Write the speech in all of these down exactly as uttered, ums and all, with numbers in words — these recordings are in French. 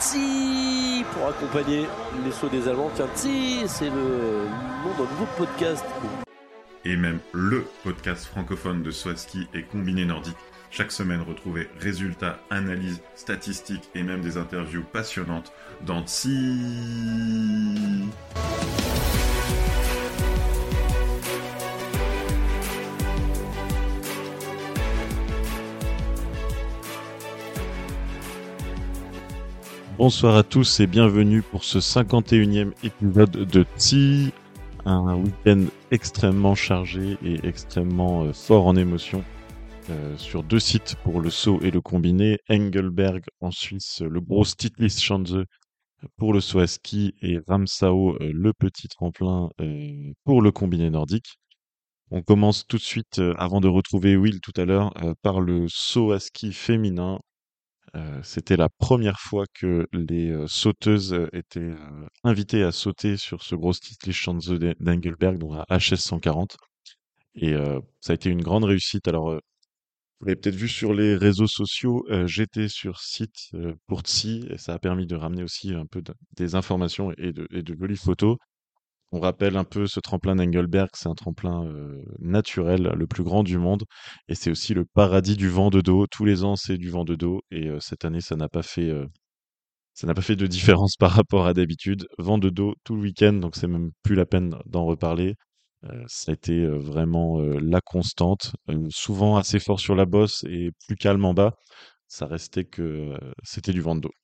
Tsi pour accompagner les sauts des Allemands. Tiens, Tsi, c'est le nom d'un nouveau podcast. Et même le podcast francophone de saut à ski et combiné nordique. Chaque semaine, retrouvez résultats, analyses, statistiques et même des interviews passionnantes dans Tsi. Bonsoir à tous et bienvenue pour ce cinquante et unième épisode de Tsi, un week-end extrêmement chargé et extrêmement euh, fort en émotion euh, sur deux sites pour le saut et le combiné, Engelberg en Suisse, le gros Stiglitz-Schanze pour le saut à ski et Ramsau, euh, le petit tremplin euh, pour le combiné nordique. On commence tout de suite, euh, avant de retrouver Will tout à l'heure, euh, par le saut à ski féminin. Euh, c'était la première fois que les euh, sauteuses euh, étaient euh, invitées à sauter sur ce gros Stiglitz-Schanze d'Engelberg, donc à H S cent quarante. Et euh, ça a été une grande réussite. Alors, euh, vous l'avez peut-être vu sur les réseaux sociaux, euh, j'étais sur site euh, pour Tsi, et ça a permis de ramener aussi un peu de- des informations et de, et de jolies photos. On rappelle un peu ce tremplin d'Engelberg, c'est un tremplin euh, naturel, le plus grand du monde, et c'est aussi le paradis du vent de dos. Tous les ans, c'est du vent de dos, et euh, cette année, ça n'a pas fait, euh, ça n'a pas fait de différence par rapport à d'habitude. Vent de dos tout le week-end, donc c'est même plus la peine d'en reparler. Euh, ça a été euh, vraiment euh, la constante, euh, souvent assez fort sur la bosse et plus calme en bas. Ça restait que euh, c'était du vent de dos.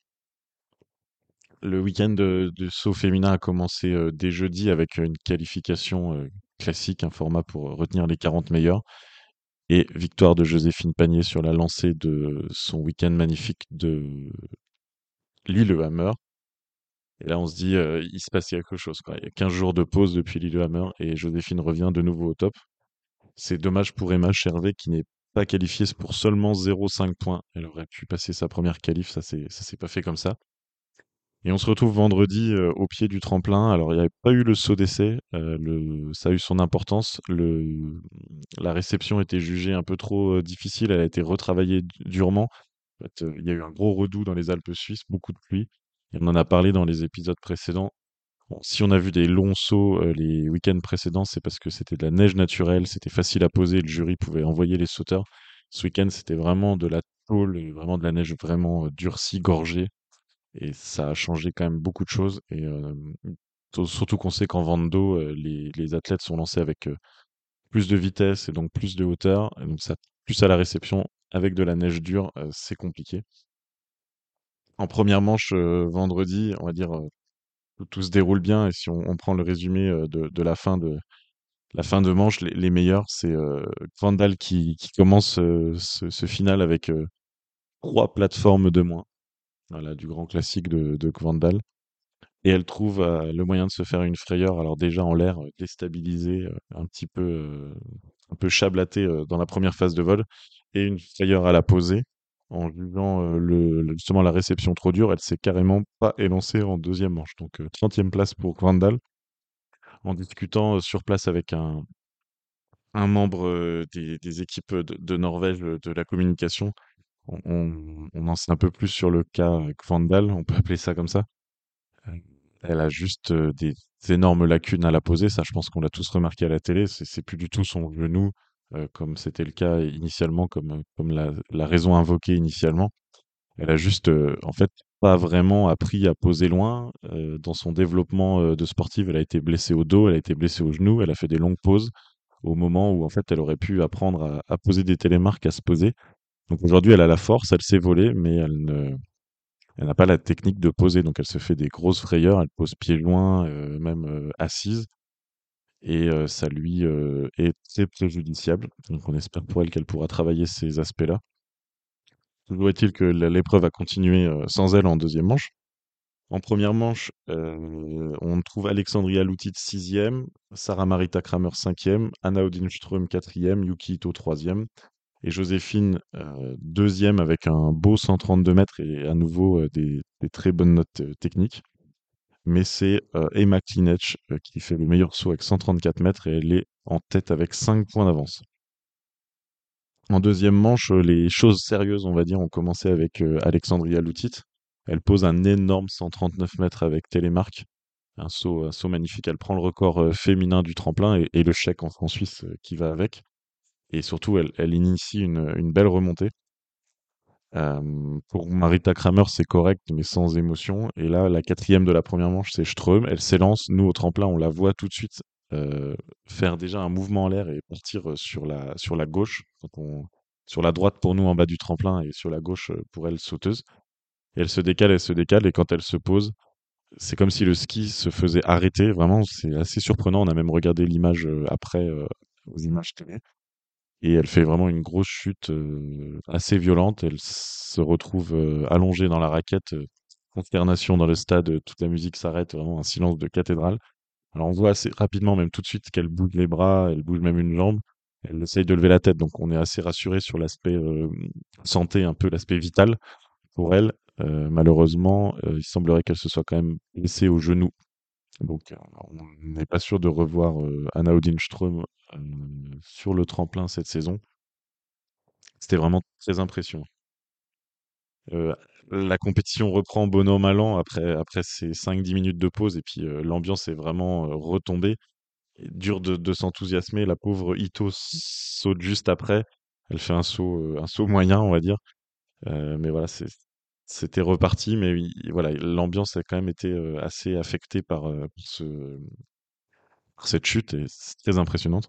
Le week-end de, de saut féminin a commencé euh, dès jeudi avec une qualification euh, classique, un format pour retenir les quarante meilleurs, et victoire de Joséphine Panier sur la lancée de son week-end magnifique de Lillehammer. Et là, on se dit, euh, il se passe quelque chose, quoi. Il y a quinze jours de pause depuis Lillehammer et Joséphine revient de nouveau au top. C'est dommage pour Emma Chervet qui n'est pas qualifiée pour seulement zéro virgule cinq points. Elle aurait pu passer sa première qualif, ça s'est ça s'est pas fait comme ça. Et on se retrouve vendredi euh, au pied du tremplin. Alors, il n'y avait pas eu le saut d'essai. Euh, le, ça a eu son importance. Le, la réception était jugée un peu trop euh, difficile. Elle a été retravaillée du- durement. En fait, euh, il y a eu un gros redout dans les Alpes suisses, beaucoup de pluie. Et on en a parlé dans les épisodes précédents. Bon, si on a vu des longs sauts euh, les week-ends précédents, c'est parce que c'était de la neige naturelle, c'était facile à poser, le jury pouvait envoyer les sauteurs. Ce week-end, c'était vraiment de la tôle, et vraiment de la neige vraiment euh, durcie, gorgée. Et ça a changé quand même beaucoup de choses. Et euh, sur- surtout qu'on sait qu'en Vando, euh, les, les athlètes sont lancés avec euh, plus de vitesse et donc plus de hauteur. Et donc ça, plus à la réception, avec de la neige dure, euh, c'est compliqué. En première manche, euh, vendredi, on va dire, euh, tout, tout se déroule bien. Et si on, on prend le résumé euh, de, de la fin de la fin de manche, les, les meilleurs, c'est euh, Kvandal qui, qui commence euh, ce, ce final avec euh, trois plateformes de moins. Voilà, du grand classique de, de Kvandal. Et elle trouve euh, le moyen de se faire une frayeur, alors déjà en l'air, euh, déstabilisée, euh, un petit peu, euh, un peu chablatée euh, dans la première phase de vol, et une frayeur à la posée. En jugeant euh, le, le- justement la réception trop dure, elle s'est carrément pas élancée en deuxième manche. Donc euh, trentième place pour Kvandal. En discutant euh, sur place avec un, un membre euh, des, des équipes de, de Norvège euh, de la communication, on, on, on en sait un peu plus sur le cas euh, Kvandal, on peut appeler ça comme ça. Euh, Elle a juste euh, des énormes lacunes à la poser. Ça, je pense qu'on l'a tous remarqué à la télé. C'est c'est plus du tout son genou, euh, comme c'était le cas initialement, comme, euh, comme la, la raison invoquée initialement. Elle a juste, euh, en fait, pas vraiment appris à poser loin. Euh, dans son développement euh, de sportive, elle a été blessée au dos, elle a été blessée au genou, elle a fait des longues pauses au moment où, en fait, elle aurait pu apprendre à, à poser des télémarques, à se poser. Donc aujourd'hui, elle a la force, elle sait voler, mais elle ne, elle n'a pas la technique de poser, donc elle se fait des grosses frayeurs, elle pose pieds loin, euh, même euh, assise, et euh, ça lui euh, est très préjudiciable. Donc on espère pour elle qu'elle pourra travailler ces aspects-là. Toujours est-il que la- l'épreuve a continué euh, sans elle en deuxième manche. En première manche, euh, on trouve Alexandria Loutit sixième, Sarah Marita Kramer cinquième, Anna Odinström quatrième, Yuki Ito troisième, et Joséphine euh, deuxième avec un beau cent trente-deux mètres et à nouveau euh, des, des très bonnes notes euh, techniques. Mais c'est euh, Emma Klinech euh, qui fait le meilleur saut avec cent trente-quatre mètres et elle est en tête avec cinq points d'avance. En deuxième manche, euh, les choses sérieuses, on va dire, ont commencé avec euh, Alexandria Loutit. Elle pose un énorme cent trente-neuf mètres avec télémarque. Un saut, un saut magnifique. Elle prend le record euh, féminin du tremplin et, et le chèque en franc suisse euh, qui va avec. Et surtout, elle, elle initie une, une belle remontée. Euh, pour Marita Kramer, c'est correct, mais sans émotion. Et là, la quatrième de la première manche, c'est Ström. Elle s'élance. Nous, au tremplin, on la voit tout de suite euh, faire déjà un mouvement en l'air et partir euh, sur la, sur la gauche. Donc on- sur la droite pour nous en bas du tremplin et sur la gauche euh, pour elle sauteuse. Et elle se décale, elle se décale. Et quand elle se pose, c'est comme si le ski se faisait arrêter. Vraiment, c'est assez surprenant. On a même regardé l'image euh, après euh, aux images télé. Et elle fait vraiment une grosse chute euh, assez violente. Elle se retrouve euh, allongée dans la raquette. euh, Consternation dans le stade. euh, Toute la musique s'arrête. Vraiment un silence de cathédrale. Alors on voit assez rapidement, même tout de suite, qu'elle bouge les bras. Elle bouge même une jambe. Elle essaye de lever la tête. Donc on est assez rassuré sur l'aspect euh, santé, un peu l'aspect vital pour elle. Euh, malheureusement, euh, il semblerait qu'elle se soit quand même blessée au genou. Donc, euh, on n'est pas sûr de revoir euh, Anna Odinström euh, sur le tremplin cette saison. C'était vraiment très impressionnant. Euh, la compétition reprend bon an mal an après, après ces cinq dix minutes de pause et puis euh, l'ambiance est vraiment euh, retombée. Et dur de, de s'enthousiasmer. La pauvre Ito saute juste après. Elle fait un saut, euh, un saut moyen, on va dire. Euh, mais voilà, c'est- c'était reparti. Mais oui, voilà, l'ambiance a quand même été euh, assez affectée par, euh, par ce, par cette chute et c'est très impressionnante.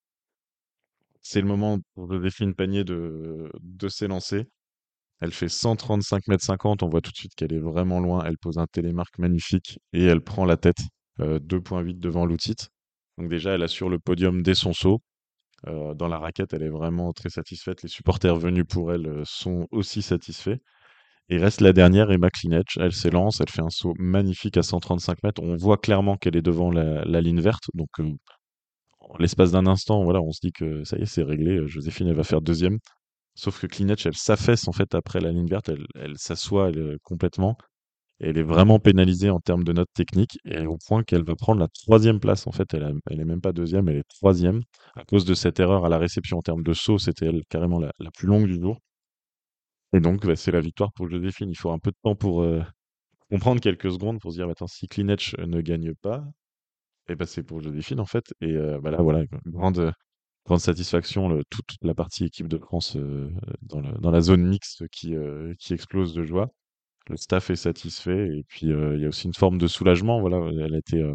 C'est le moment pour Joséphine Panier de, de s'élancer. Elle fait cent trente-cinq mètres cinquante. On voit tout de suite qu'elle est vraiment loin. Elle pose un télémarque magnifique et elle prend la tête, euh, deux virgule huit devant Loutit. Donc déjà, elle assure le podium dès son saut. Euh, dans la raquette, elle est vraiment très satisfaite. Les supporters venus pour elle euh, sont aussi satisfaits. Et reste la dernière, Emma Klinec. Elle s'élance, elle fait un saut magnifique à cent trente-cinq mètres. On voit clairement qu'elle est devant la, la ligne verte. Donc, euh, en l'espace d'un instant, voilà, on se dit que ça y est, c'est réglé. euh, Joséphine, elle va faire deuxième. Sauf que Klinec, elle s'affaisse en fait après la ligne verte. Elle, elle s'assoit elle, euh, complètement. Et elle est vraiment pénalisée en termes de notes techniques. Et au point qu'elle va prendre la troisième place. En fait, elle, a- elle est même pas deuxième, elle est troisième. À cause de cette erreur à la réception en termes de saut, c'était elle carrément la, la plus longue du jour. Et donc, bah, c'est la victoire pour Joséphine. Il faut un peu de temps pour euh, comprendre quelques secondes pour se dire, attends, si Klinec ne gagne pas, et ben c'est pour Joséphine en fait. Et euh, bah là, voilà, grande, grande satisfaction, le- toute la partie équipe de France euh, dans, le- dans la zone mixte qui, euh, qui explose de joie. Le staff est satisfait et puis euh, il y a aussi une forme de soulagement. Voilà, elle a été, euh,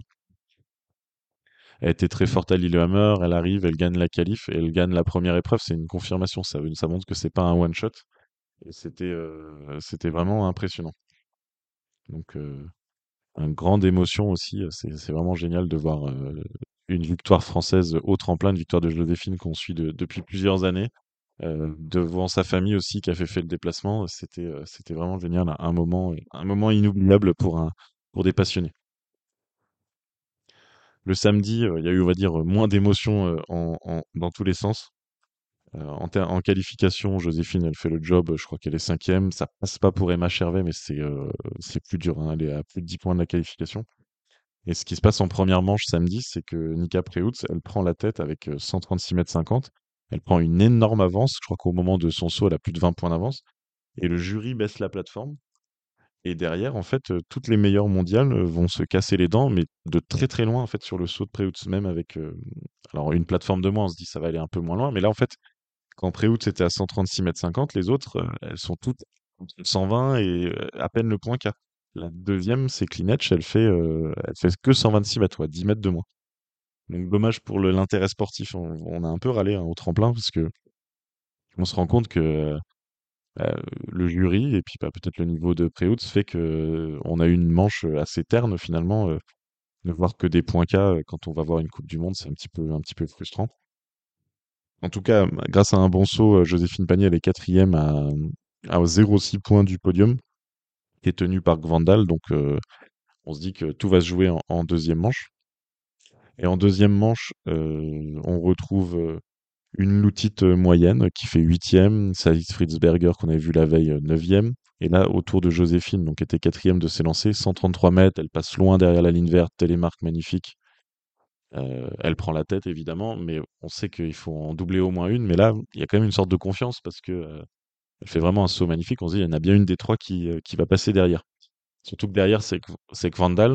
elle a été très forte à Lillehammer. Elle arrive, elle gagne la qualif et elle gagne la première épreuve. C'est une confirmation. Ça, veut- ça montre que c'est pas un one shot. Et c'était, euh, c'était vraiment impressionnant. Donc, euh, une grande émotion aussi. euh, C'est, c'est vraiment génial de voir euh, une victoire française au tremplin, une victoire de Joséphine qu'on suit de- depuis plusieurs années. Euh, devant sa famille aussi qui a fait, fait le déplacement, c'était euh, c'était vraiment génial, un, un moment un moment inoubliable pour un pour des passionnés. Le samedi, euh, il y a eu on va dire moins d'émotions euh, en, en- dans tous les sens. Euh, en, ter- en qualification, Joséphine, elle fait le job, je crois qu'elle est cinquième. Ça passe pas pour Emma Chervet, mais c'est euh, c'est plus dur, hein. Elle est à plus de dix points de la qualification. Et ce qui se passe en première manche samedi, c'est que Nika Preutz, elle prend la tête avec euh, cent trente-six mètres cinquante. Elle prend une énorme avance. Je crois qu'au moment de son saut, elle a plus de vingt points d'avance. Et le jury baisse la plateforme. Et derrière, en fait, euh, toutes les meilleures mondiales euh, vont se casser les dents, mais de très très loin, en fait, sur le saut de Preutz, même avec euh, alors une plateforme de moins, on se dit ça va aller un peu moins loin. Mais là, en fait, quand Preutz était à cent trente-six mètres cinquante, les autres, euh, elles sont toutes entre cent vingt et euh, à peine le point K. La deuxième, c'est Klinec, elle fait, euh, elle fait que cent vingt-six mètres, ouais, dix mètres de moins. Donc dommage pour le- l'intérêt sportif. On, on a un peu râlé hein, au tremplin parce que on se rend compte que bah, le jury et puis bah, peut-être le niveau de Préoutz fait que euh, on a eu une manche euh, assez terne finalement. Euh, ne voir que des points K euh, quand on va voir une Coupe du Monde, c'est un petit peu, un petit peu frustrant. En tout cas, grâce à un bon saut, euh, Joséphine Panier, elle est quatrième à, à zéro virgule six points du podium, qui est tenu par Gvandal. Donc euh, on se dit que tout va se jouer en, en deuxième manche. Et en deuxième manche, euh, on retrouve euh, une Loutite euh, moyenne qui fait huitième, Saïs Fritzberger qu'on avait vu la veille euh, neuvième, et là autour de Joséphine, donc qui était quatrième de s'élancer, cent trente-trois mètres, elle passe loin derrière la ligne verte, télémarque magnifique. Euh, elle prend la tête évidemment, mais on sait qu'il faut en doubler au moins une, mais là il y a quand même une sorte de confiance parce que euh, elle fait vraiment un saut magnifique, on se dit il y en a bien une des trois qui, euh, qui va passer derrière. Surtout que derrière, c'est que, c'est que Vandal,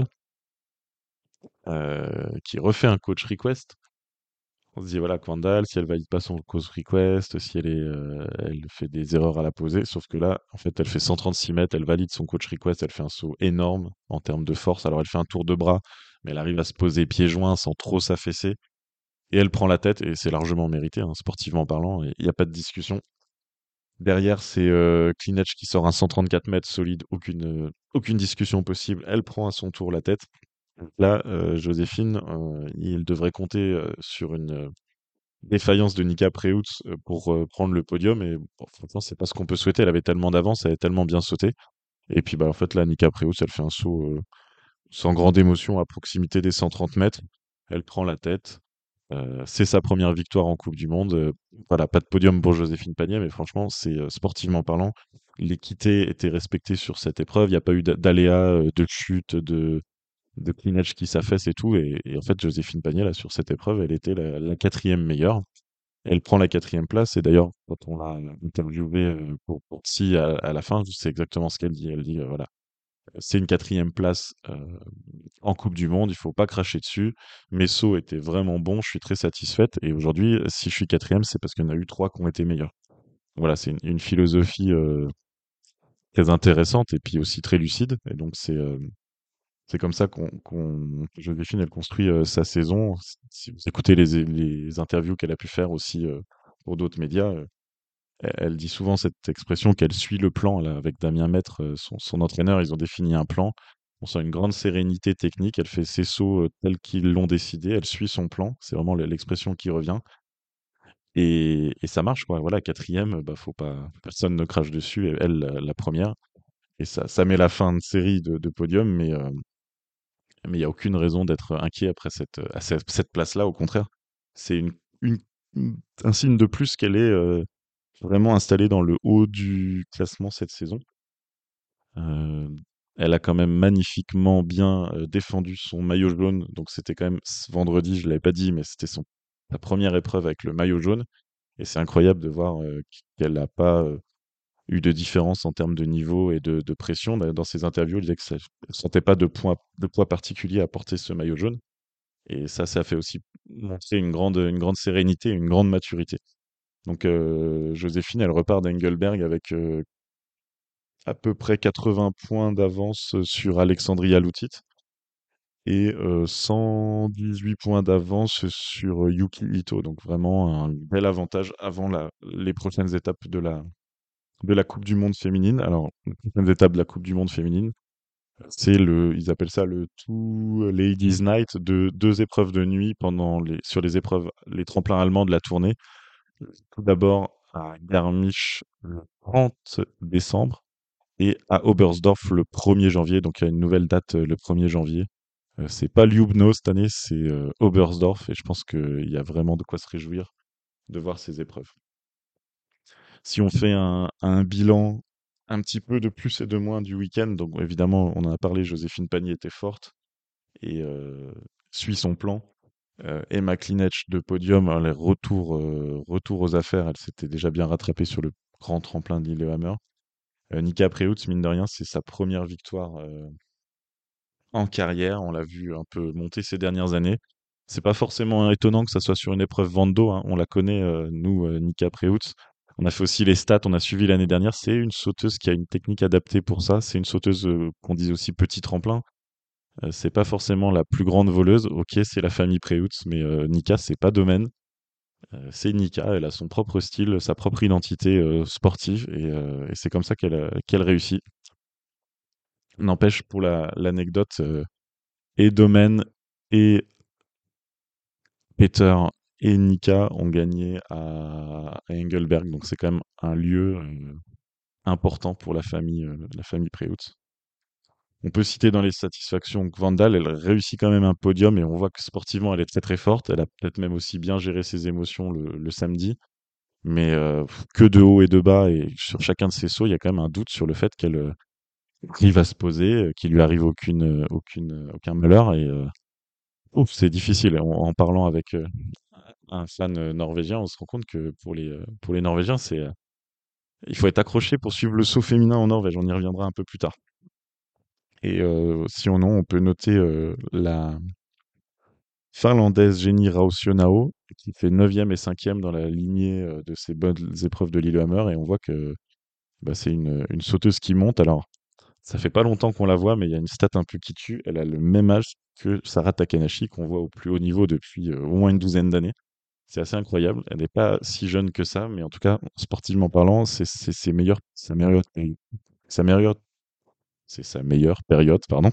euh, qui refait un coach request. On se dit, voilà, que Vandal, si elle valide pas son coach request, si elle est, euh, elle fait des erreurs à la poser, sauf que là, en fait, elle fait cent trente-six mètres, elle valide son coach request, elle fait un saut énorme en termes de force. Alors, elle fait un tour de bras, mais elle arrive à se poser pieds joints sans trop s'affaisser. Et elle prend la tête, et c'est largement mérité, hein, sportivement parlant, et il n'y a pas de discussion. Derrière, c'est euh, Klinech qui sort un cent trente-quatre mètres solide, aucune, euh, aucune discussion possible. Elle prend à son tour la tête. Là, euh, Joséphine, euh, il devrait compter euh, sur une euh, défaillance de Nika Preutz euh, pour euh, prendre le podium. Et bon, franchement, c'est pas ce qu'on peut souhaiter. Elle avait tellement d'avance, elle avait tellement bien sauté. Et puis, bah, en fait, là, Nika Preutz, elle fait un saut euh, sans grande émotion à proximité des cent trente mètres. Elle prend la tête. Euh, c'est sa première victoire en Coupe du Monde. Euh, voilà, pas de podium pour Joséphine Pagnet, mais franchement, c'est euh, sportivement parlant, l'équité était respectée sur cette épreuve. Il n'y a pas eu d'a- d'aléas, euh, de chute, de, de clinage qui s'affaisse et tout. Et, et en fait, Joséphine Pagnet, là, sur cette épreuve, elle était la, la quatrième meilleure. Elle prend la quatrième place. Et d'ailleurs, quand on l'a interviewée euh, pour, pour Tsi à, à la fin, c'est exactement ce qu'elle dit. Elle dit, euh, voilà, c'est une quatrième place euh, en Coupe du Monde, il faut pas cracher dessus. Mes sauts étaient vraiment bons, je suis très satisfaite. Et aujourd'hui, si je suis quatrième, c'est parce qu'il y en a eu trois qui ont été meilleurs. Voilà, c'est une, une philosophie euh, très intéressante et puis aussi très lucide. Et donc c'est euh, c'est comme ça qu'on qu'on que Joséphine elle construit euh, sa saison. Si vous écoutez les, les interviews qu'elle a pu faire aussi euh, pour d'autres médias, euh, elle, elle dit souvent cette expression qu'elle suit le plan là, avec Damien Maître, euh, son, son entraîneur. Ils ont défini un plan. On sent une grande sérénité technique. Elle fait ses sauts euh, tels qu'ils l'ont décidé. Elle suit son plan. C'est vraiment l- l'expression qui revient. Et, et ça marche, quoi. Voilà, quatrième, bah, faut pas, personne ne crache dessus. Et elle, la, la première. Et ça, ça met la fin de série de, de podium, mais euh, mais il n'y a aucune raison d'être inquiet après cette, à cette, cette place-là. Au contraire, c'est une, une- une- un signe de plus qu'elle est euh, vraiment installée dans le haut du classement cette saison. Euh, Elle a quand même magnifiquement bien euh, défendu son maillot jaune. Donc c'était quand même ce vendredi, je l'avais pas dit, mais c'était son sa première épreuve avec le maillot jaune. Et c'est incroyable de voir euh, qu'elle n'a pas euh, eu de différence en termes de niveau et de, de pression. Dans ses interviews, elle disait qu'elle ne sentait pas de poids, de poids particulier à porter ce maillot jaune. Et ça, ça fait aussi montrer une grande, une grande sérénité, une grande maturité. Donc euh, Joséphine, elle repart d'Engelberg avec euh, à peu près quatre-vingts points d'avance sur Alexandria Loutit et euh, cent dix-huit points d'avance sur euh, Yuki Ito. Donc vraiment un bel avantage avant la, les prochaines étapes de la, de la Coupe du Monde féminine. Alors, les prochaines étapes de la Coupe du Monde féminine, c'est le, ils appellent ça le Two Ladies Night, de deux épreuves de nuit pendant les, sur les épreuves, les tremplins allemands de la tournée. Tout d'abord à Garmisch le trente décembre et à Oberstdorf le premier janvier. Donc il y a une nouvelle date euh, le premier janvier. Euh, c'est pas Ljubno cette année, c'est euh, Oberstdorf et je pense qu'il y a vraiment de quoi se réjouir de voir ces épreuves. Si on fait un, un bilan un petit peu de plus et de moins du week-end, donc évidemment, on en a parlé, Joséphine Pagny était forte et euh, suit son plan. Euh, Emma Klinech de podium, elle est retour, euh, retour aux affaires, elle s'était déjà bien rattrapée sur le grand tremplin de Lillehammer. Euh, Nika Preutz, mine de rien, c'est sa première victoire euh, en carrière. On l'a vu un peu monter ces dernières années. C'est pas forcément étonnant que ça soit sur une épreuve Vando, hein. On la connaît, euh, nous, euh, Nika Preutz. On a fait aussi les stats, on a suivi l'année dernière. C'est une sauteuse qui a une technique adaptée pour ça. C'est une sauteuse euh, qu'on dit aussi petit tremplin. Euh, c'est pas forcément la plus grande voleuse. Ok, c'est la famille Preutz, mais euh, Nika, c'est pas domaine. Euh, c'est Nika, elle a son propre style, sa propre identité euh, sportive, et, euh, et c'est comme ça qu'elle euh, qu'elle réussit. N'empêche, pour la, l'anecdote, euh, et Domaine et Peter et Nika ont gagné à, à Engelberg, donc c'est quand même un lieu euh, important pour la famille, euh, la famille Preutz. On peut citer dans les satisfactions que Vandal, elle réussit quand même un podium et on voit que sportivement elle est très très forte. Elle a peut-être même aussi bien géré ses émotions le, le samedi, mais euh, que de haut et de bas et sur chacun de ses sauts, il y a quand même un doute sur le fait qu'elle euh, arrive à se poser, euh, qu'il lui arrive aucune, euh, aucune, euh, aucun malheur et euh, ouf, c'est difficile. En, en parlant avec euh, un fan euh, norvégien, on se rend compte que pour les, euh, pour les Norvégiens, c'est, euh, il faut être accroché pour suivre le saut féminin en Norvège. On y reviendra un peu plus tard. Et euh, si on, on peut noter euh, la finlandaise Jenny Rausionao, qui fait neuvième et cinquième dans la lignée euh, de ces bonnes épreuves de Lillehammer. Et on voit que bah, c'est une, une sauteuse qui monte. Alors, ça fait pas longtemps qu'on la voit, mais il y a une stat un peu qui tue. Elle a le même âge que Sarah Takanashi, qu'on voit au plus haut niveau depuis euh, au moins une douzaine d'années. C'est assez incroyable. Elle n'est pas si jeune que ça, mais en tout cas, sportivement parlant, c'est c'est ses meilleures, sa meilleure, sa meilleure, c'est sa meilleure période, pardon.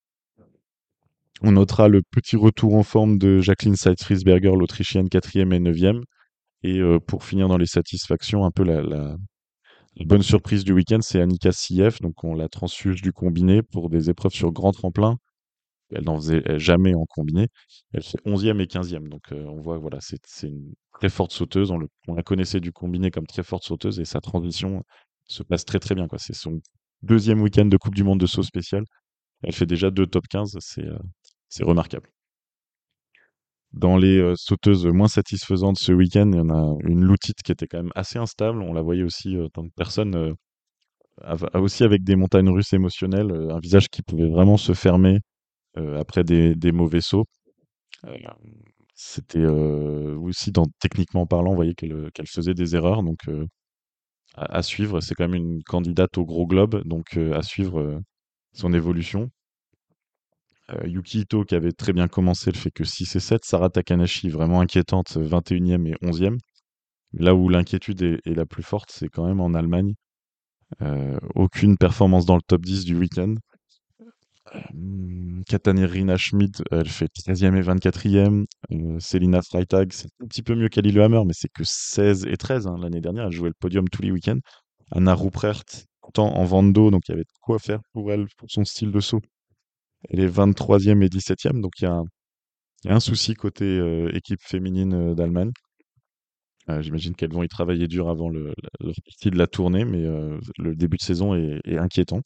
On notera le petit retour en forme de Jacqueline Seitz-Friesberger, l'Autrichienne quatrième et neuvième. Et euh, pour finir dans les satisfactions, un peu la, la, la bonne surprise du week-end, c'est Annika Sieff, donc on la transfuge du combiné pour des épreuves sur grand tremplin. Elle n'en faisait elle, jamais en combiné. Elle fait onzième et quinzième. Donc euh, on voit, voilà, c'est c'est une très forte sauteuse. On, le- on la connaissait du combiné comme très forte sauteuse et sa transition se passe très très bien, quoi. C'est son deuxième week-end de Coupe du Monde de saut spécial. Elle fait déjà deux top quinze. C'est euh, c'est remarquable. Dans les euh, sauteuses moins satisfaisantes ce week-end, il y en a une Loutite qui était quand même assez instable. On la voyait aussi euh, en tant que personne, euh, av- aussi avec des montagnes russes émotionnelles, euh, un visage qui pouvait vraiment se fermer euh, après des, des mauvais sauts. Euh, C'était euh, aussi, dans, techniquement parlant, on voyait qu'elle euh, qu'elle faisait des erreurs. Donc euh, à, à suivre, c'est quand même une candidate au gros globe, donc euh, à suivre euh, son évolution. Euh, Yuki Ito, qui avait très bien commencé, le fait que six et sept. Sarah Takanashi, vraiment inquiétante, vingt et unième et onzième. Là où l'inquiétude est, est la plus forte, c'est quand même en Allemagne. Euh, aucune performance dans le top dix du week-end. Hum, Katarina Schmid, elle fait treizième et vingt-quatrième. Euh, Selina Freitag, c'est un petit peu mieux qu'à Lillehammer, mais c'est que seize et treize, hein. L'année dernière, elle jouait le podium tous les week-ends. Anna Ruprecht, pourtant en Vando, donc il y avait de quoi faire pour elle, pour son style de saut. Elle est vingt-troisième et dix-septième, donc il y a un, il y a un souci côté euh, équipe féminine euh, d'Allemagne. Euh, j'imagine qu'elles vont y travailler dur avant le, la, leur partie de la tournée, mais euh, le début de saison est, est inquiétant.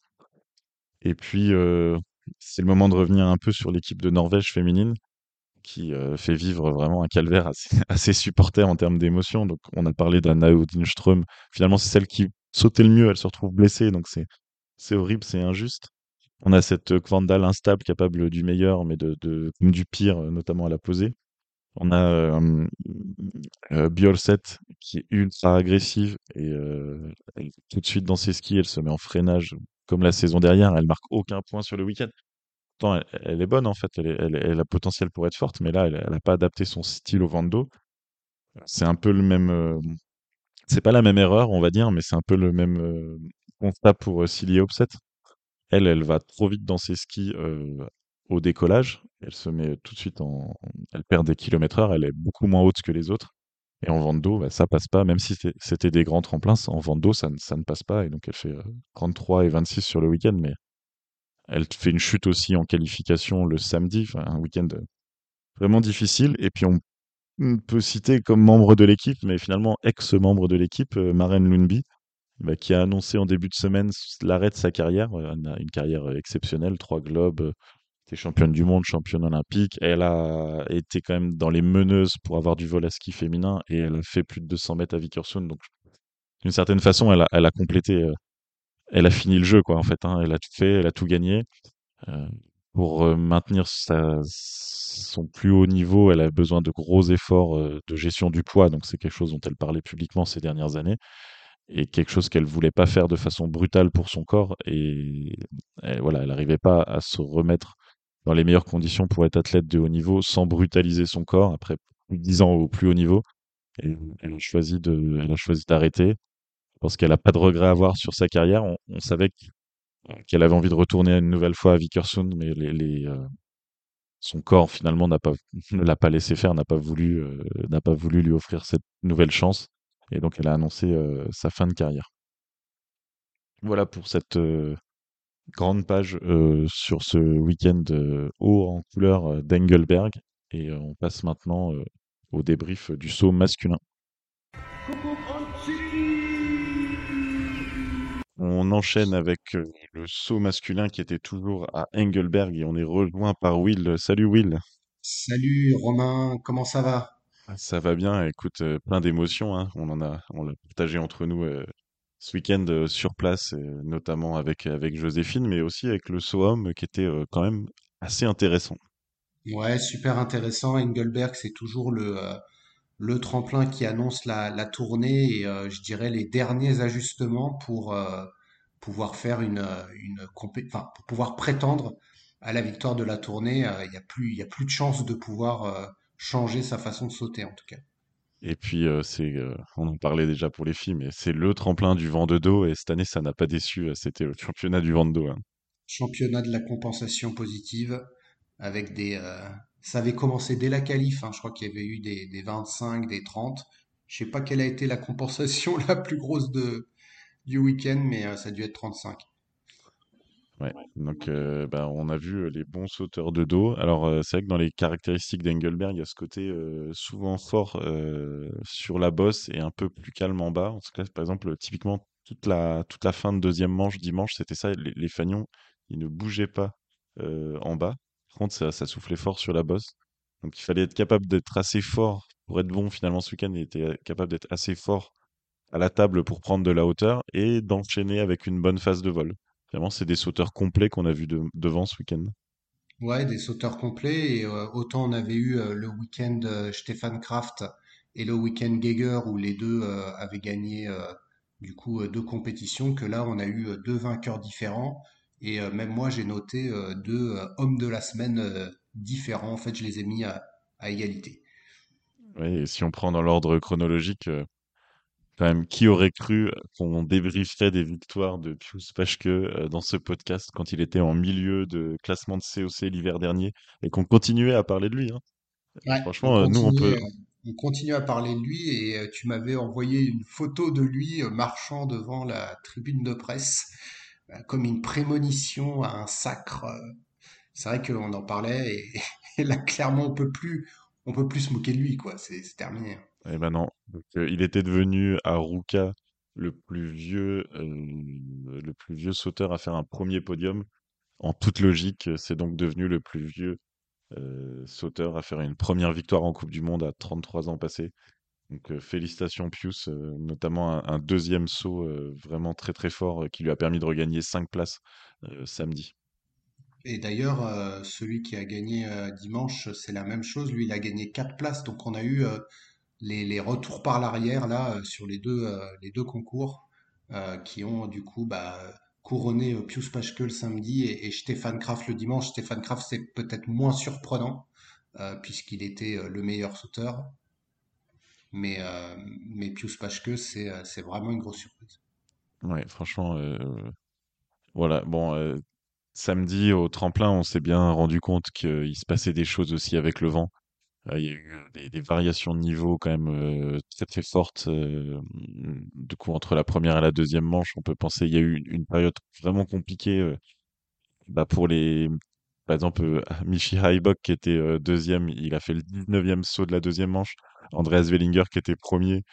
Et puis, euh, c'est le moment de revenir un peu sur l'équipe de Norvège féminine, qui euh, fait vivre vraiment un calvaire à ses, à ses supporters en termes d'émotion. Donc, on a parlé d'Anna Odinström. Finalement, c'est celle qui sautait le mieux. Elle se retrouve blessée, donc c'est c'est horrible, c'est injuste. On a cette euh, Kvandal instable, capable du meilleur, mais de, de comme du pire, euh, notamment à la posée. On a euh, euh, Bjolset qui est ultra agressive et euh, elle- tout de suite dans ses skis, elle se met en freinage comme la saison dernière. Elle marque aucun point sur le week-end. Pourtant, elle, elle est bonne en fait, elle, est- elle, elle a potentiel pour être forte, mais là, elle n'a pas adapté son style au Vando. C'est un peu le même, euh, c'est pas la même erreur, on va dire, mais c'est un peu le même euh, constat pour euh, Silly Opset. Elle, elle va trop vite dans ses skis euh, au décollage. Elle se met tout de suite en, elle perd des kilomètres heure. Elle est beaucoup moins haute que les autres. Et en vente d'eau, bah, ça passe pas. Même si c'était c'était des grands tremplins, en vente d'eau, ça, ne- ça ne passe pas. Et donc elle fait euh, trente-trois et vingt-six sur le week-end, mais elle fait une chute aussi en qualification le samedi. Enfin, un week-end euh, vraiment difficile. Et puis on on peut citer comme membre de l'équipe, mais finalement ex-membre de l'équipe, euh, Maren Lundby, bah, qui a annoncé en début de semaine s- l'arrêt de sa carrière, euh, une, une carrière euh, exceptionnelle, trois globes, euh, était championne du monde, championne olympique. Elle a été quand même dans les meneuses pour avoir du vol à ski féminin et elle a fait plus de deux cents mètres à Vickersund. Donc, d'une certaine façon, elle a, elle a complété, euh, elle a fini le jeu, quoi, en fait, hein. Elle a tout fait, elle a tout gagné. Euh, pour euh, maintenir sa, son plus haut niveau, elle a besoin de gros efforts euh, de gestion du poids. Donc, c'est quelque chose dont elle parlait publiquement ces dernières années et quelque chose qu'elle voulait pas faire de façon brutale pour son corps et, et voilà, elle n'arrivait pas à se remettre dans les meilleures conditions pour être athlète de haut niveau sans brutaliser son corps après plus de dix ans au plus haut niveau et elle a choisi de elle a choisi d'arrêter parce qu'elle a pas de regret à avoir sur sa carrière. On, on savait qu'- qu'elle avait envie de retourner une nouvelle fois à Vikersund, mais les, les, euh, son corps finalement n'a pas ne l'a pas laissé faire, n'a pas voulu euh, n'a pas voulu lui offrir cette nouvelle chance et donc elle a annoncé euh, sa fin de carrière. Voilà pour cette euh, grande page euh, sur ce week-end euh, haut en couleur euh, d'Engelberg. Et euh, on passe maintenant euh, au débrief du saut masculin. On enchaîne avec euh, le saut masculin qui était toujours à Engelberg et on est rejoint par Will. Salut Will. Salut Romain, comment ça va? Ça va bien, écoute, euh, plein d'émotions, hein. On en a, on l'a partagé entre nous euh, ce week-end euh, sur place, euh, notamment avec, avec Joséphine, mais aussi avec le SOHOM qui était euh, quand même assez intéressant. Ouais, super intéressant. Engelberg, c'est toujours le, euh, le tremplin qui annonce la, la tournée et euh, je dirais les derniers ajustements pour euh, pouvoir faire une, euh, une compé- enfin, pour pouvoir prétendre à la victoire de la tournée. Euh, Il n'y a plus, il y a plus de chance de pouvoir euh, changer sa façon de sauter en tout cas. Et puis, euh, c'est, euh, on en parlait déjà pour les filles, mais c'est le tremplin du vent de dos, et cette année, ça n'a pas déçu, euh, c'était le championnat du vent de dos, hein. Championnat de la compensation positive avec des, euh, ça avait commencé dès la qualif, hein. Je crois qu'il y avait eu des, des vingt-cinq, des trente. Je sais pas quelle a été la compensation la plus grosse de, du week-end, mais euh, ça a dû être trente-cinq. Ouais, donc euh, bah, on a vu euh, les bons sauteurs de dos. Alors euh, c'est vrai que dans les caractéristiques d'Engelberg, il y a ce côté euh, souvent fort euh, sur la bosse et un peu plus calme en bas. En tout cas, par exemple, typiquement toute la toute la fin de deuxième manche dimanche, c'était ça. Les, les fanions, ils ne bougeaient pas euh, en bas. Par contre, ça, ça soufflait fort sur la bosse. Donc il fallait être capable d'être assez fort pour être bon finalement ce week-end. Il était capable d'être assez fort à la table pour prendre de la hauteur et d'enchaîner avec une bonne phase de vol. Vraiment, c'est des sauteurs complets qu'on a vus de- devant ce week-end. Ouais, des sauteurs complets. Et euh, autant on avait eu euh, le week-end euh, Stefan Kraft et le week-end Geiger où les deux euh, avaient gagné euh, du coup euh, deux compétitions, que là on a eu euh, deux vainqueurs différents. Et euh, même moi j'ai noté euh, deux euh, hommes de la semaine euh, différents. En fait, je les ai mis à, à égalité. Ouais, et si on prend dans l'ordre chronologique, euh, quand même, qui aurait cru qu'on débrieferait des victoires de Pius Paschke euh, dans ce podcast quand il était en milieu de classement de C O C l'hiver dernier et qu'on continuait à parler de lui, hein. Ouais, on Franchement, euh, nous, on peut. continuait, euh, on continue à parler de lui et euh, tu m'avais envoyé une photo de lui euh, marchant devant la tribune de presse euh, comme une prémonition à un sacre. euh, C'est vrai qu'on en parlait et, et là clairement on peut plus, on peut plus se moquer de lui quoi. C'est c'est terminé. Eh ben non. Donc, euh, il était devenu à Ruka le plus vieux, euh, le plus vieux sauteur à faire un premier podium. En toute logique, c'est donc devenu le plus vieux euh, sauteur à faire une première victoire en Coupe du Monde à trente-trois ans passés. Donc euh, félicitations Pius, euh, notamment un, un deuxième saut euh, vraiment très très fort euh, qui lui a permis de regagner cinq places euh, samedi. Et d'ailleurs, euh, celui qui a gagné euh, dimanche, c'est la même chose. Lui, il a gagné quatre places. Donc on a eu euh, les, les retours par l'arrière là euh, sur les deux, euh, les deux concours euh, qui ont du coup bah, couronné euh, Pius Paschke le samedi et, et Stefan Kraft le dimanche. Stefan Kraft, c'est peut-être moins surprenant euh, puisqu'il était euh, le meilleur sauteur, mais, euh, mais Pius Paschke, c'est euh, c'est vraiment une grosse surprise. Ouais, franchement, euh, voilà. Bon, euh, samedi au tremplin, on s'est bien rendu compte qu'il se passait des choses aussi avec le vent. Euh, Il y a eu euh, des, des variations de niveau quand même euh, très très fortes. Euh, du coup, entre la première et la deuxième manche, on peut penser il y a eu une, une période vraiment compliquée euh, bah, pour les. Par exemple, euh, Michi Haibok qui était euh, deuxième, il a fait le dix-neuvième saut de la deuxième manche. Andreas Wellinger qui était premier,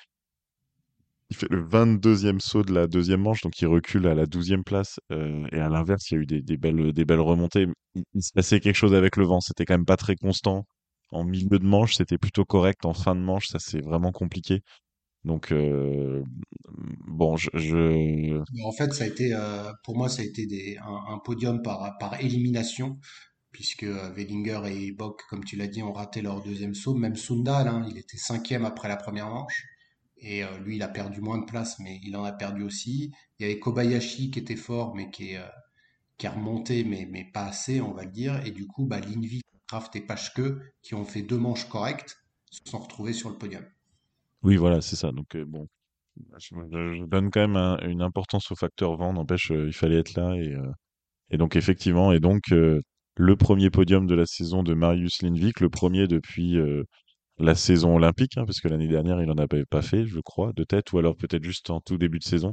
il fait le vingt-deuxième saut de la deuxième manche, donc il recule à la douzième place. Euh, et à l'inverse, il y a eu des, des belles, des belles remontées. Il, il se passait quelque chose avec le vent, c'était quand même pas très constant. En milieu de manche, c'était plutôt correct. En fin de manche, ça c'est vraiment compliqué. Donc, euh, bon, je, je- En fait, ça a été, euh, pour moi, ça a été des, un, un podium par, par élimination, puisque euh, Wellinger et Bock, comme tu l'as dit, ont raté leur deuxième saut. Même Sundal, hein, il était cinquième après la première manche. Et euh, lui, il a perdu moins de place, mais il en a perdu aussi. Il y avait Kobayashi qui était fort, mais qui est, euh, qui a remonté, mais, mais pas assez, on va le dire. Et du coup, bah, Linvik, Kraft et Paschke, qui ont fait deux manches correctes, se sont retrouvés sur le podium. oui, voilà, c'est ça. Donc, euh, bon, je, je- je donne quand même un- une importance au facteur vent. N'empêche, euh, il fallait être là. Et, euh, et donc, effectivement, et donc, euh, le premier podium de la saison de Marius Lindvik, le premier depuis euh, la saison olympique, hein, parce que l'année dernière, il n'en avait pas fait, je crois, de tête, ou alors peut-être juste en tout début de saison.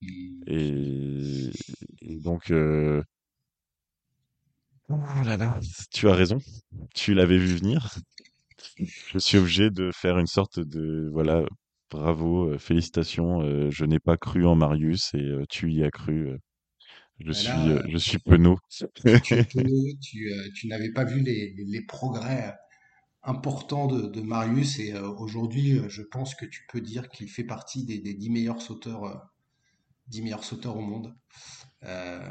Et, et donc, euh, oh là là, tu as raison, tu l'avais vu venir. Je suis obligé de faire une sorte de, voilà, bravo, euh, félicitations, euh, je n'ai pas cru en Marius et euh, tu y as cru. euh, je Et suis, là, euh, euh, je suis penaud. tu, tu es penaud, tu, euh, tu n'avais pas vu les, les, les progrès importants de, de Marius et euh, aujourd'hui, euh, je pense que tu peux dire qu'il fait partie des, des dix meilleurs sauteurs euh, dix meilleurs sauteurs au monde. Euh,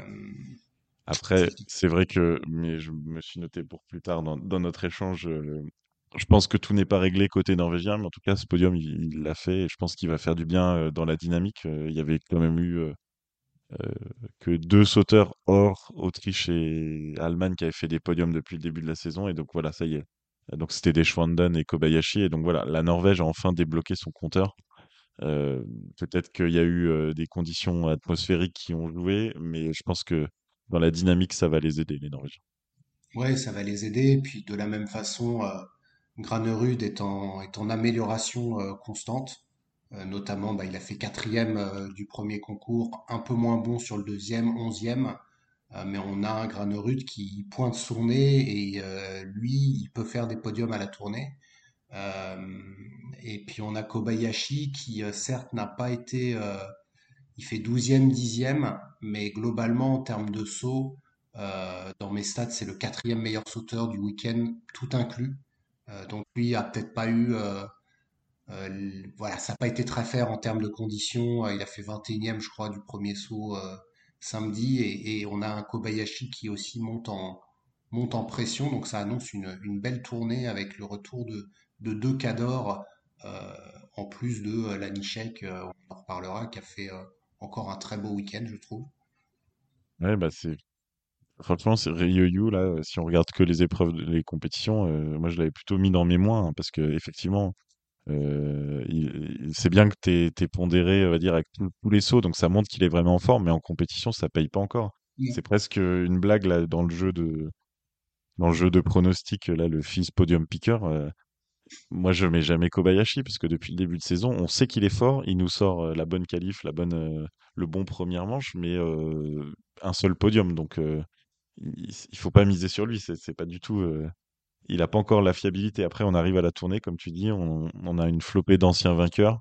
Après, c'est- c'est vrai que, mais je me suis noté pour plus tard dans, dans notre échange, euh, je pense que tout n'est pas réglé côté norvégien, mais en tout cas, ce podium, il il l'a fait et je pense qu'il va faire du bien euh, dans la dynamique. Euh, il y avait quand même eu euh, euh, que deux sauteurs hors Autriche et Allemagne qui avaient fait des podiums depuis le début de la saison et donc voilà, ça y est. Donc c'était des Schwanden et Kobayashi et donc voilà, la Norvège a enfin débloqué son compteur. Euh, Peut-être qu'il y a eu euh, des conditions atmosphériques qui ont joué, mais je pense que dans la dynamique, ça va les aider, les Norvégiens. ouais, ça va les aider. Puis de la même façon, euh, Granerud est en, est en amélioration euh, constante. Euh, notamment, bah, il a fait quatrième euh, du premier concours, un peu moins bon sur le deuxième, onzième. Euh, mais on a un Granerud qui pointe son nez et euh, lui, il peut faire des podiums à la tournée. Euh, et puis on a Kobayashi qui, euh, certes, n'a pas été, euh, il fait douzième, dixième, mais globalement, en termes de saut, euh, dans mes stats, c'est le quatrième meilleur sauteur du week-end, tout inclus. Euh, donc lui a peut-être pas eu, euh, euh, l- voilà, ça n'a pas été très fair en termes de conditions. Euh, il a fait vingt et unième, je crois, du premier saut euh, samedi, et, et on a un Kobayashi qui aussi monte en, monte en pression, donc ça annonce une, une belle tournée avec le retour de, de deux cadors, euh, en plus de euh, Lanišek, euh, on en reparlera, qui a fait euh, encore un très beau week-end, je trouve. Ouais, bah c'est franchement, c'est Ryoyu là. euh, Si on regarde que les épreuves, de- les compétitions, euh, moi je l'avais plutôt mis dans mes moins hein, parce que effectivement, euh, il, il- c'est bien que t'es t'es pondéré, on va dire, avec tous tous les sauts, donc ça montre qu'il est vraiment en forme, mais en compétition, ça paye pas encore. C'est Mm. presque une blague là dans le jeu de dans le jeu de pronostic là, le fils podium picker. euh, Moi, je mets jamais Kobayashi parce que depuis le début de saison, on sait qu'il est fort. Il nous sort euh, la bonne qualif, la bonne, euh, le bon première manche, mais euh, un seul podium. Donc, euh, il, il faut pas miser sur lui. C'est c'est pas du tout. Euh, il a pas encore la fiabilité. Après, on arrive à la tournée, comme tu dis, on, on a une flopée d'anciens vainqueurs.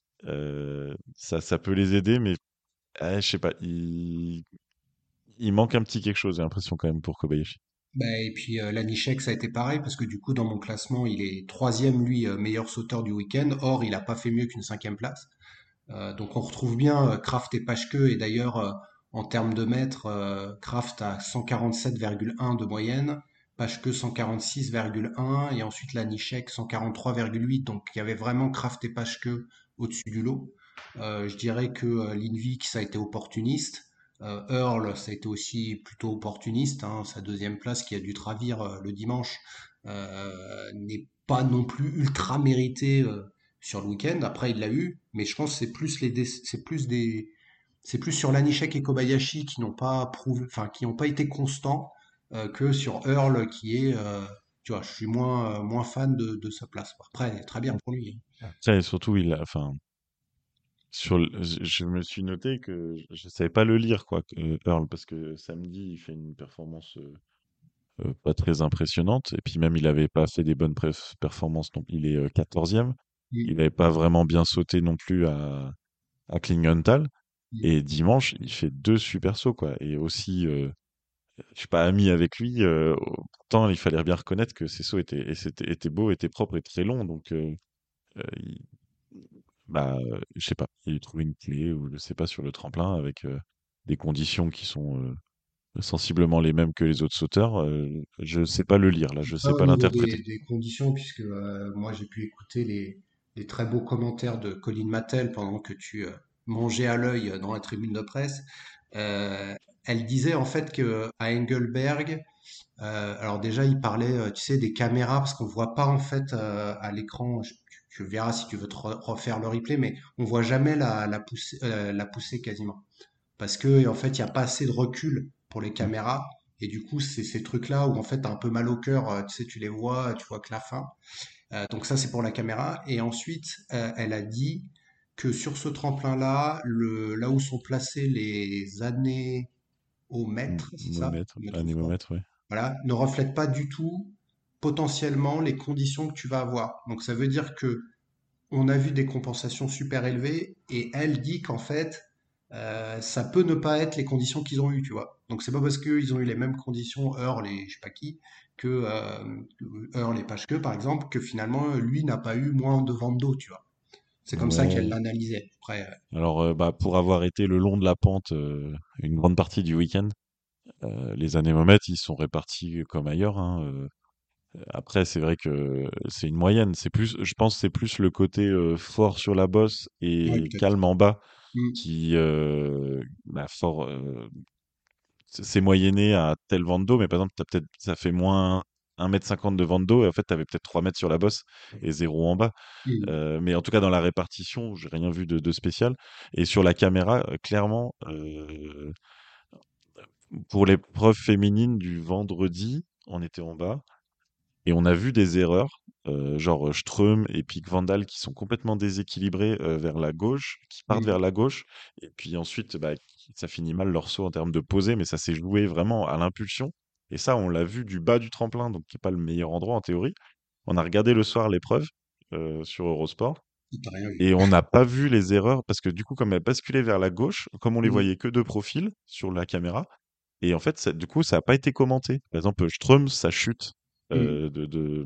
Euh, ça, ça peut les aider, mais ah, je sais pas. Il, il manque un petit quelque chose. J'ai l'impression quand même pour Kobayashi. Bah, et puis euh, Lanišek, ça a été pareil, parce que du coup, dans mon classement, il est troisième, lui, euh, meilleur sauteur du week-end. Or, il n'a pas fait mieux qu'une cinquième place. Euh, donc on retrouve bien euh, Kraft et Paschke, et d'ailleurs euh, en termes de mètres, euh, Kraft a cent quarante-sept virgule un de moyenne, Paschke cent quarante-six virgule un et ensuite Lanišek cent quarante-trois virgule huit. Donc il y avait vraiment Kraft et Paschke au-dessus du lot. Euh, je dirais que euh, Lindvik, ça a été opportuniste. Euh, Earl, ça a été aussi plutôt opportuniste, hein. Sa deuxième place qui a dû travir euh, le dimanche euh, n'est pas non plus ultra méritée euh, sur le week-end. Après, il l'a eu, mais je pense que c'est plus les dé- c'est plus des c'est plus sur Lanišek et Kobayashi qui n'ont pas prouvé, enfin qui n'ont pas été constants euh, que sur Earl qui est, euh, tu vois, je suis moins euh, moins fan de, de sa place. Après, très bien pour lui, hein. Ça, et surtout, il a, enfin, sur le- je je me suis noté que je je savais pas le lire, quoi, que- euh, Earl, parce que samedi, il fait une performance euh, euh, pas très impressionnante. Et puis même, il avait pas fait des bonnes pref- performances. Donc, il est euh, quatorzième. Il Mm, n'avait pas vraiment bien sauté non plus à, à Klingenthal. mm. Et dimanche, il fait deux super sauts, quoi. Et aussi, euh, je suis pas ami avec lui. Euh, pourtant, il fallait bien reconnaître que ses sauts étaient, et c'était- étaient beaux, étaient propres et très longs. Donc, euh, euh, il- bah, euh, je sais pas, il a trouvé une clé ou je sais pas sur le tremplin avec euh, des conditions qui sont euh, sensiblement les mêmes que les autres sauteurs. Euh, je sais pas le lire là, je Ah, sais au pas niveau l'interpréter. des, des conditions, puisque euh, moi j'ai pu écouter les, les très beaux commentaires de Colin Mattel pendant que tu euh, mangeais à l'œil euh, dans la tribune de presse. Euh, Elle disait en fait que à Engelberg, euh, alors déjà il parlait, euh, tu sais, des caméras, parce qu'on voit pas en fait euh, à l'écran. Je- Tu, tu verras si tu veux te re- refaire le replay, mais on voit jamais la, la poussée, euh, la poussée quasiment parce que en fait il n'y a pas assez de recul pour les Mm. caméras, et du coup c'est ces trucs là où en fait t'as un peu mal au cœur, euh, tu sais, tu les vois, tu vois que la fin. Euh, donc ça c'est pour la caméra, et ensuite euh, elle a dit que sur ce tremplin là, le là où sont placés les années au Mm, mètre, c'est ça, Anémomètre, je me trompe pas, anémomètre, ouais. voilà, ne reflète pas du tout potentiellement les conditions que tu vas avoir. Donc ça veut dire que on a vu des compensations super élevées, et elle dit qu'en fait, euh, ça peut ne pas être les conditions qu'ils ont eues, tu vois. Donc c'est pas parce qu'ils ont eu les mêmes conditions, Earl et je sais pas qui, que euh, Earl et Paschke par exemple, que finalement lui n'a pas eu moins de ventes d'eau, tu vois. C'est comme ça qu'elle Ouais. l'analysait. Après, euh, Alors, euh, bah, pour avoir été le long de la pente euh, une grande partie du week-end, euh, les anémomètres, ils sont répartis comme ailleurs, hein, euh. Après, c'est vrai que c'est une moyenne. C'est plus, je pense, que c'est plus le côté euh, fort sur la bosse ouais, et peut-être. calme en bas Mm, qui, euh, bah, fort, euh, c'est c'est moyenné à tel vent d'eau, mais par exemple, t'as peut-être, ça fait moins un mètre cinquante de vent d'eau, et en fait, tu avais peut-être trois mètres sur la bosse et zéro en bas. mm, Euh, mais en tout cas, dans la répartition, j'ai rien vu de, de spécial. Et sur la caméra, euh, clairement, euh, pour l'épreuve féminine du vendredi, on était en bas. Et on a vu des erreurs, euh, genre euh, Ström et Pic Vandal qui sont complètement déséquilibrés euh, vers la gauche, qui partent vers mm. la gauche, et puis ensuite, bah, qui- ça finit mal leur saut en termes de posée, mais ça s'est joué vraiment à l'impulsion. Et ça, on l'a vu du bas du tremplin, donc qui n'est pas le meilleur endroit en théorie. On a regardé le soir l'épreuve euh, sur Eurosport, T'as rien vu. et on n'a pas vu les erreurs, parce que du coup, comme elles basculaient vers la gauche, comme on les Mm, voyait que de profil sur la caméra, et en fait, ça- du coup, ça n'a pas été commenté. Par exemple, Ström, sa chute mm, euh, de, de,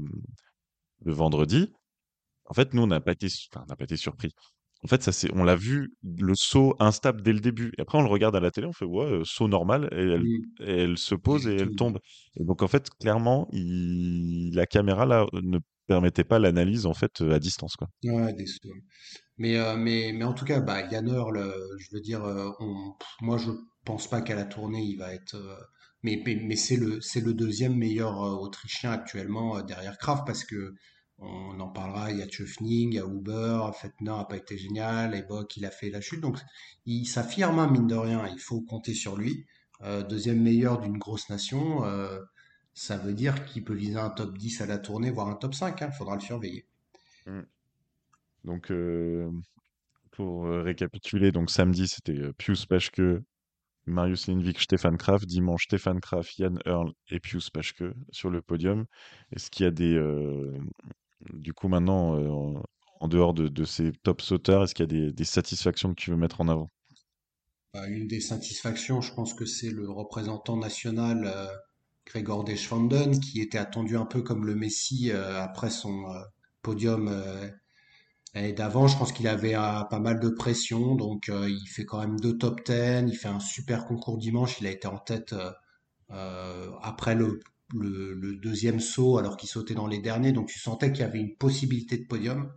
de vendredi, en fait, nous, on n'a pas été, su- enfin, on n'a pas été surpris. En fait, ça c'est, on l'a vu, le saut instable dès le début. Et après, on le regarde à la télé, on fait, ouais, euh, saut normal, et elle, mm. et elle se Et pose elle et elle tombe. tombe. Et donc, en fait, clairement, il- la caméra, là, ne permettait pas l'analyse, en fait, euh, à distance, quoi. Ouais, des sauts. Mais, euh, mais, mais en tout cas, bah, Yanner, le, je veux dire, euh, on, pff, moi je pense pas qu'à la tournée il va être. euh, mais mais, mais c'est le, c'est le deuxième meilleur euh, Autrichien actuellement euh, derrière Kraft parce que on en parlera. Il y a Tschöfning, il y a Huber, Fettner a pas été génial, et Bock il a fait la chute. Donc il s'affirme, hein, mine de rien, il faut compter sur lui. Euh, deuxième meilleur d'une grosse nation, euh, ça veut dire qu'il peut viser un top dix à la tournée, voire un top cinq. Il faudra le surveiller. Mm. Donc, euh, pour euh, récapituler, donc samedi, c'était euh, Pius Paschke, Marius Lindvik, Stefan Kraft. Dimanche, Stefan Kraft, Jan Earl et Pius Paschke sur le podium. Est-ce qu'il y a des, euh, du coup, maintenant, euh, en en dehors de, de ces top sauteurs, est-ce qu'il y a des, des satisfactions que tu veux mettre en avant? Bah, une des satisfactions, je pense que c'est le représentant national euh, Gregor Deschwanden, qui était attendu un peu comme le Messi euh, après son euh, podium euh, l'année d'avant. Je pense qu'il avait euh, pas mal de pression, donc euh, il fait quand même deux top dix, il fait un super concours dimanche, il a été en tête euh, euh, après le, le, le deuxième saut alors qu'il sautait dans les derniers, donc tu sentais qu'il y avait une possibilité de podium.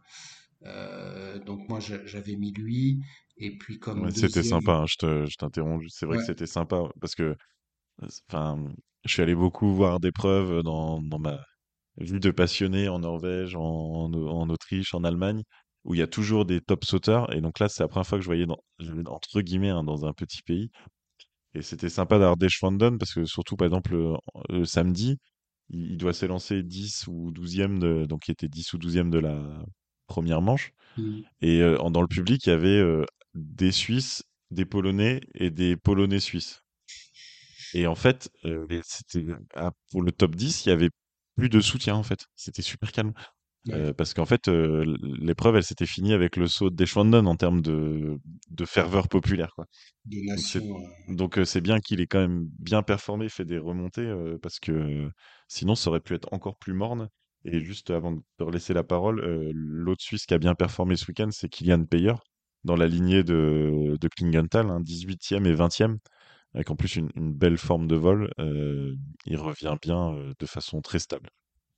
Euh, donc moi j'a- j'avais mis lui, et puis Ouais, comme c'était deuxième, sympa, hein, je te, je t'interromps. C'est vrai que ouais. c'était sympa parce que, enfin, je suis allé beaucoup voir d'épreuves dans, dans ma vie de passionné en Norvège, en, en, en Autriche, en Allemagne, où il y a toujours des top sauteurs. Et donc là, c'est la première fois que je voyais, dans, je- entre guillemets, hein, dans un petit pays. Et c'était sympa d'avoir des Schwanden parce que surtout, par exemple, le, le samedi, il, il doit s'élancer dix ou douzième de, donc il était dix ou douzième de la première manche. Mm. Et euh, en- dans le public, il y avait euh, des Suisses, des Polonais et des Polonais suisses. Et en fait, euh, les- c'était, ah, pour le top dix, il y avait plus de soutien en fait. C'était super calme. Ouais. Euh, parce qu'en fait, euh, l'épreuve, elle s'était finie avec le saut de Schwanden en termes de, de ferveur populaire, quoi. De Donc c'est nation. euh, donc euh, c'est bien qu'il ait quand même bien performé, fait des remontées, euh, parce que euh, sinon ça aurait pu être encore plus morne. Et juste avant de te laisser la parole, euh, l'autre Suisse qui a bien performé ce week-end, c'est Kylian Payer, dans la lignée de, de Klingenthal, hein, dix-huitième et vingtième, avec en plus une, une belle forme de vol. Euh, il revient bien euh, de façon très stable.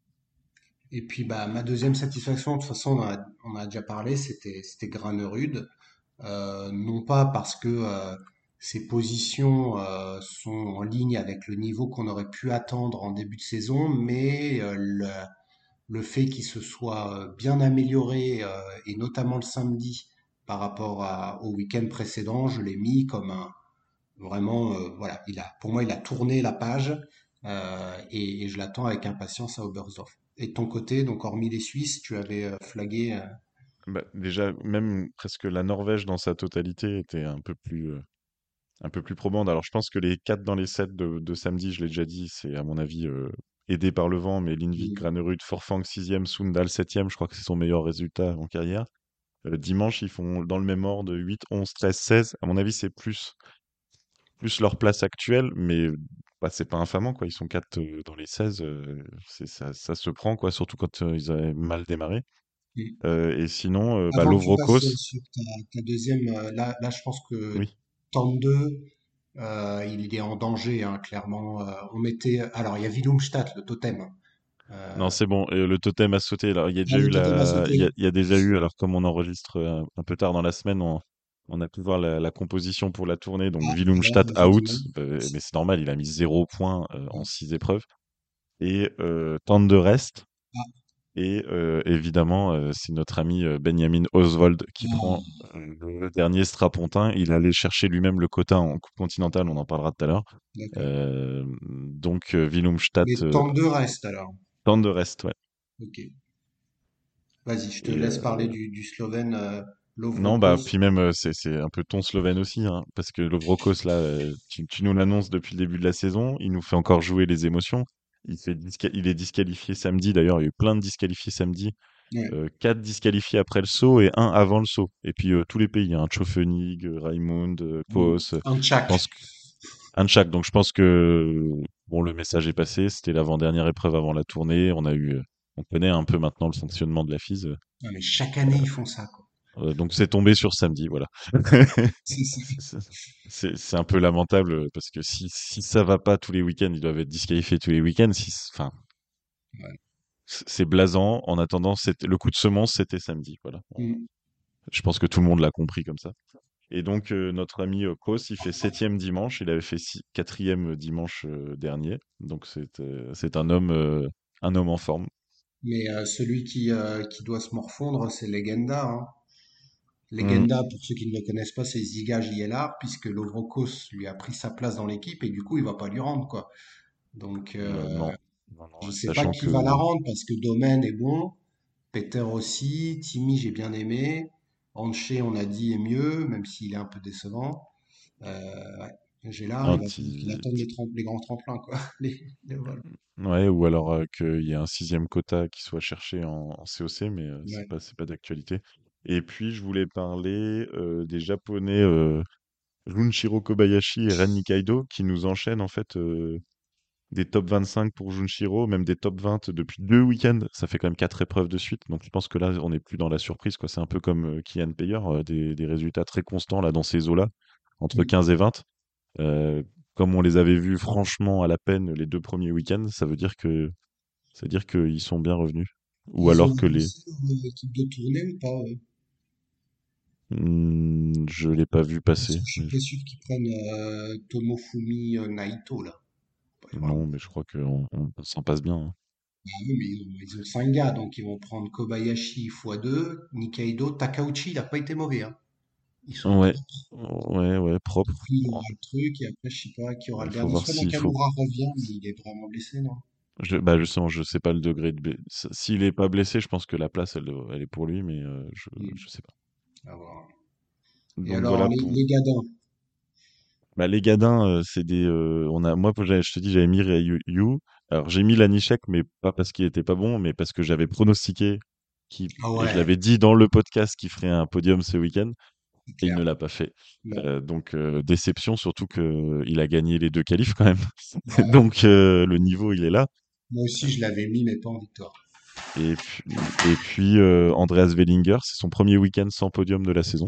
Et puis bah ma deuxième satisfaction, de toute façon on en a, on a déjà parlé, c'était c'était Granerud. Euh, non pas parce que euh, ses positions euh, sont en ligne avec le niveau qu'on aurait pu attendre en début de saison, mais euh, le, le fait qu'il se soit euh, bien amélioré, euh, et notamment le samedi par rapport à- au week-end précédent, je l'ai mis comme un vraiment, euh, voilà, il a, pour moi, il a tourné la page, euh, et, et je l'attends avec impatience à Oberstdorf. Et de ton côté, donc hormis les Suisses, tu avais euh, flagué. euh, Bah, déjà, même presque la Norvège dans sa totalité était un peu plus, euh, un peu plus probante. Alors, je pense que les quatre dans les sept de, de samedi, je l'ai déjà dit, c'est à mon avis euh, aidé par le vent, mais Lindvik, mm, Granerud, Forfang sixième, Sundal septième, je crois que c'est son meilleur résultat en carrière. Euh, dimanche, ils font dans le même ordre huit, onze, treize, seize. À mon avis, c'est plus, plus leur place actuelle, mais bah, c'est pas infamant, quoi. Ils sont quatre euh, dans les seize, euh, c'est, ça, ça se prend, quoi, surtout quand euh, ils avaient mal démarré. Mm. Euh, et sinon, euh, bah, Avant que tu passes Lovrocos, sur ta, ta deuxième, euh, là, là, je pense que oui. Tente deux, euh, il est en danger, hein, clairement. Euh, on mettait, alors il y a Willumstad, le totem. Non, Euh, c'est bon. euh, le totem a sauté. Alors, il y a ah, déjà eu le totem a la, il y a, sauté. il y a déjà eu. Alors, comme on enregistre euh, un peu tard dans la semaine, on, on a pu voir la, la composition pour la tournée. Donc, Ah, voilà, Willumstad out, effectivement. euh, mais c'est normal. Il a mis zéro point euh, en six épreuves. Et euh, tant de reste. Ah, Et euh, évidemment, euh, c'est notre ami euh, Benjamin Oswald qui prend ah, euh, le dernier strapontin. Il allait chercher lui-même le quota en Coupe continentale, on en parlera tout à l'heure. d'accord. Euh, donc, euh, Willumstad, Mais euh, Tente deux reste alors. tant de reste, ouais. Ok. Vas-y, je te Et laisse euh, parler du, du Slovène euh, non, bah, Lovrokos. puis même, euh, c'est, c'est un peu ton Slovène aussi, hein, parce que Lovrokos, là, euh, tu, tu nous l'annonces depuis le début de la saison, il nous fait encore jouer les émotions. Il, se fait disca- il est disqualifié samedi, d'ailleurs, il y a eu plein de disqualifiés samedi. Ouais. Euh, quatre disqualifiés après le saut et un avant le saut. Et puis euh, tous les pays, hein, Tchofenig, euh, Raimund, euh, Mm. Kos, euh, Un je pense tchak. que un de chaque. Donc je pense que bon, le message est passé. C'était l'avant-dernière épreuve avant la tournée. On a eu, euh, on connaît un peu maintenant le fonctionnement de la F I S. euh, Ouais, mais chaque année, ils font ça, quoi. euh, donc c'est tombé sur samedi, voilà. C'est ça. C'est c'est- c'est un peu lamentable euh, parce que si, si ça va pas tous les week-ends, ils doivent être disqualifiés tous les week-ends. Si, enfin, Ouais. c'est blasant. En attendant, c'était le coup de semonce, c'était samedi, voilà. Mm. Je pense que tout le monde l'a compris comme ça. Et donc, euh, notre ami euh, Kos, il fait septième dimanche. Il avait fait six- quatrième dimanche euh, dernier. Donc, c'est euh, c'est un homme, euh, un homme en forme. Mais euh, celui qui, euh, qui doit se morfondre, c'est Legenda, hein. Hmm, Legenda, pour ceux qui ne le connaissent pas, c'est Ziga J L R, puisque Lovrokos lui a pris sa place dans l'équipe et du coup, il va pas lui rendre, quoi. Donc, euh, euh, non. Non, je non, sais pas sachant qui va la que, rendre parce que Domaine est bon, Peter aussi, Timmy, j'ai bien aimé, Anche, on a dit, est mieux, même s'il est un peu décevant. Euh, ouais. Gélard, non, il va falloir qu'il ti- attende les, ti- trem- les grands tremplins, quoi. Les, les vols. ouais, ou alors euh, qu'il y ait un sixième quota qui soit cherché en, en C O C, mais euh, c'est Ouais. pas, c'est pas d'actualité. Et puis, je voulais parler euh, des Japonais euh, Junshiro Kobayashi et Ren Nikaido qui nous enchaînent en fait. euh, des top vingt-cinq pour Junshiro, même des top vingt depuis deux week-ends. Ça fait quand même quatre épreuves de suite. Donc je pense que là, on n'est plus dans la surprise, quoi. C'est un peu comme euh, Kian Payer, euh, des, des résultats très constants là dans ces eaux-là, entre Mm. quinze et vingt. Euh, Comme on les avait vus franchement à la peine les deux premiers week-ends, ça veut dire que ça veut dire qu'ils sont bien revenus. Ou Ils ont alors que les lancé leur euh, équipe de tournée ou pas? eux Hmm, je l'ai pas vu Parce passer. que je suis Mais pas je- sûr qu'ils prennent euh, Tomofumi euh, Naito, là. Ouais, vraiment. Non, mais je crois qu'on on, on s'en passe bien, hein. Ah oui, mais ils ont, ils ont cinq gars, donc ils vont prendre Kobayashi fois deux, Nikaido, Takauchi, il a pas été mauvais, hein. Ils sont Ouais, propres. ouais, ouais, propre. Donc lui, il Bon, aura le truc, et après, je sais pas qui aura il le faut dernier. voir Soit s'il faut. Nakamura revient, mais il est vraiment blessé, non? Je, bah justement, je sais pas le degré de blessé. S'il est pas blessé, je pense que la place, elle, doit- elle est pour lui, mais euh, je, Hmm, je sais pas. à voir. Et Donc alors, voilà les, pour. les gadins. Bah, les gadins, euh, c'est des. euh, on a, moi, j'avais- je te dis, j'avais mis Ryu. Yu. Alors j'ai mis Lanišek, mais pas parce qu'il était pas bon, mais parce que j'avais pronostiqué qui Ah et je ouais, l'avais dit dans le podcast qu'il ferait un podium ce week-end c'est et il clair. ne l'a pas fait. Non. Euh, donc euh, déception, surtout que euh, il a gagné les deux qualifs quand même. Ouais. Donc euh, le niveau, il est là. Moi aussi, je l'avais mis, mais pas en victoire. Et puis, et puis euh, Andreas Wellinger, c'est son premier week-end sans podium de la saison.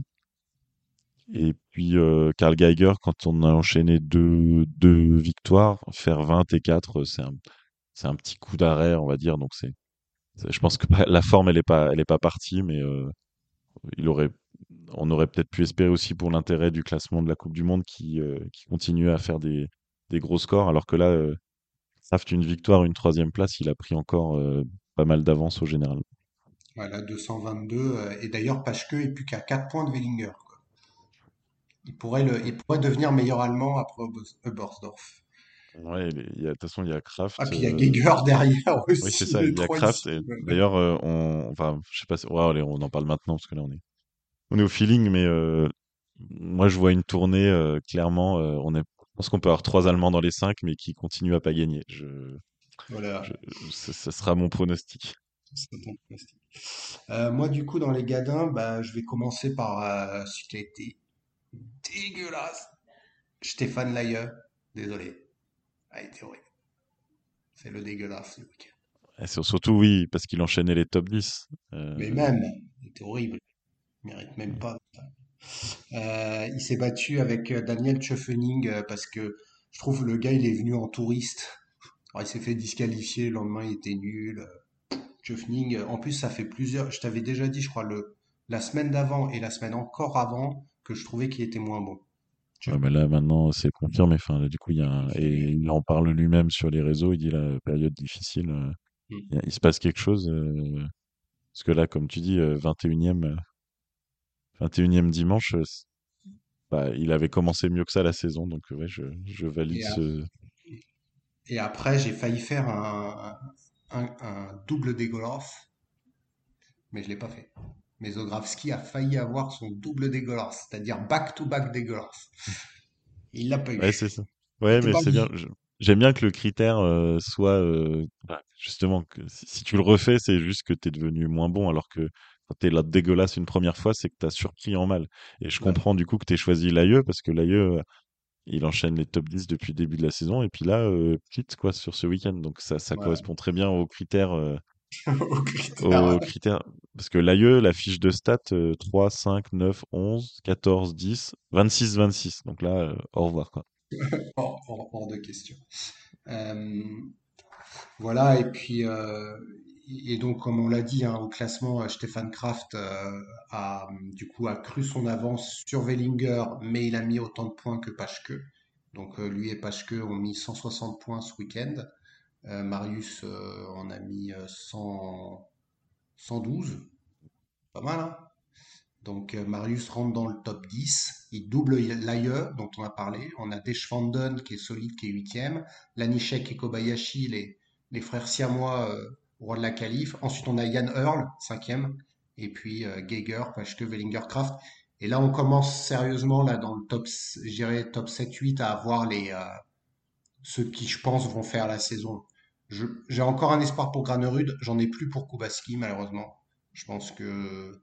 Et puis euh, Karl Geiger, quand on a enchaîné deux, deux victoires, faire vingt et quatre, c'est un, c'est un petit coup d'arrêt, on va dire. Donc c'est, c'est- je pense que la forme, elle est pas, elle est pas partie, mais euh, il aurait, on aurait peut-être pu espérer aussi pour l'intérêt du classement de la Coupe du Monde qui, euh, qui continue à faire des, des gros scores, alors que là, euh, Saft une victoire, une troisième place, il a pris encore euh, pas mal d'avance au général. Voilà, deux cent vingt-deux. euh, et d'ailleurs, Paschke est plus qu'à quatre points de Wellinger, quoi. Il pourrait, le, il pourrait devenir meilleur allemand après Ober- Oberstdorf. Ouais, il est- il y a- de toute façon, il y a Ah, Kraft. puis il y a euh, Geiger derrière Oui, c'est aussi, ça, les il y a trois Kraft. ici. Et d'ailleurs, euh, on, enfin, je sais pas, si- ouais, allez, on en parle maintenant parce que là, on est, on est au feeling, mais euh, moi, je vois une tournée euh, clairement. Euh, on est, je pense qu'on peut avoir trois Allemands dans les cinq, mais qui continuent à pas gagner. Je, je, Voilà, ce, ce sera mon pronostic. c'est ton pronostic. Euh, moi, du coup, dans les gadins, bah, je vais commencer par euh, celui qui a été dégueulasse. Stéphane Laie. Désolé. Ah, il était horrible. C'est le dégueulasse ce week-end. Et sur- surtout, oui, parce qu'il enchaînait les top dix. Mais Euh, même, c'était horrible. Il mérite même pas. Euh, il s'est battu avec euh, Daniel Tschöfening euh, parce que je trouve le gars, il est venu en touriste. Alors, il s'est fait disqualifier, le lendemain, il était nul. Tschöfening, euh, en plus, ça fait plusieurs. Je t'avais déjà dit, je crois, le, la semaine d'avant et la semaine encore avant, que je trouvais qu'il était moins bon. ouais, mais là, maintenant, c'est confirmé. Enfin, là, du coup, il y a un- et Confirmé. il en parle lui-même sur les réseaux. Il dit la période difficile, euh, il y a- il se passe quelque chose. Euh, parce que là, comme tu dis, euh, vingt et unième, euh, vingt et unième dimanche, euh, c- bah, il avait commencé mieux que ça la saison. Donc, ouais, je, je valide Et, a- ce. et après, j'ai failli faire un, un, un double d'Egorov, mais je l'ai pas fait. Mais Zografski a failli avoir son double d'Egorov, c'est-à-dire back-to-back d'Egorov. Il l'a pas Ouais, eu. c'est ça. Il Ouais, était mais pas c'est bien. obligé. Je- J'aime bien que le critère euh, soit euh, bah, justement que si, si tu le refais, c'est juste que tu es devenu moins bon, alors que quand tu es là dégueulasse une première fois, c'est que tu as surpris en mal. Et je Ouais, comprends du coup que tu aies choisi l'A E parce que l'A E, il enchaîne les top dix depuis le début de la saison, et puis là, euh, petite quoi sur ce week-end. Donc ça, ça ouais. correspond très bien aux critères, euh, Au critère. aux critères, parce que l'A E, la fiche de stats, euh, trois, cinq, neuf, onze, quatorze, dix, vingt-six, vingt-six. Donc là, euh, au revoir quoi. Hors, hors- hors de question. Euh, voilà, et puis, euh, et donc, comme on l'a dit, hein, au classement, euh, Stefan Kraft euh, a, du coup, a cru son avance sur Wellinger, mais il a mis autant de points que Paschke. Donc, euh, lui et Paschke ont mis cent soixante points ce week-end. Euh, Marius euh, en a mis euh, cent, cent douze. Pas mal, hein? Donc euh, Marius rentre dans le top dix, il double l'Aie dont on a parlé, on a Deschwanden qui est solide, qui est huitième, Lanishek et Kobayashi, les, les frères siamois euh, au roi de la qualif, ensuite on a Jan Earl, cinquième, et puis euh, Geiger, Paschke, Wellinger, Kraft. Et là on commence sérieusement là dans le top, je dirais top sept huit à avoir les, euh, ceux qui je pense vont faire la saison. Je- J'ai encore un espoir pour Granerud, j'en ai plus pour Kubaski malheureusement. Je pense que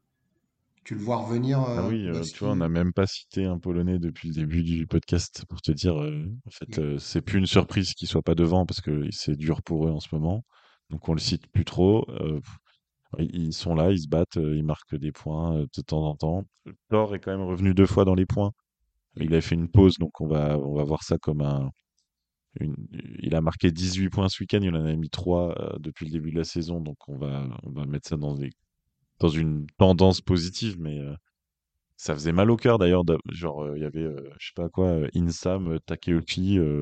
tu le vois revenir, Ah euh, oui, euh, tu vois, on Kubaski. n'a même pas cité un Polonais depuis le début du podcast pour te dire, euh, en fait, euh, c'est plus une surprise qu'il soit pas devant parce que c'est dur pour eux en ce moment. Donc on le cite plus trop. Euh, ils ils sont là, ils se battent, euh, ils marquent des points euh, de temps en temps. Thor est quand même revenu deux fois dans les points. Il avait fait une pause, donc on va, on va voir ça comme un. Une... Il a marqué dix-huit points ce week-end, il en a mis trois euh, depuis le début de la saison, donc on va, on va mettre ça dans des, dans une tendance positive, mais. euh, Ça faisait mal au cœur d'ailleurs, d'a- genre euh, il y avait, euh, je sais pas quoi, euh, Insam, euh, Takeuchi, euh,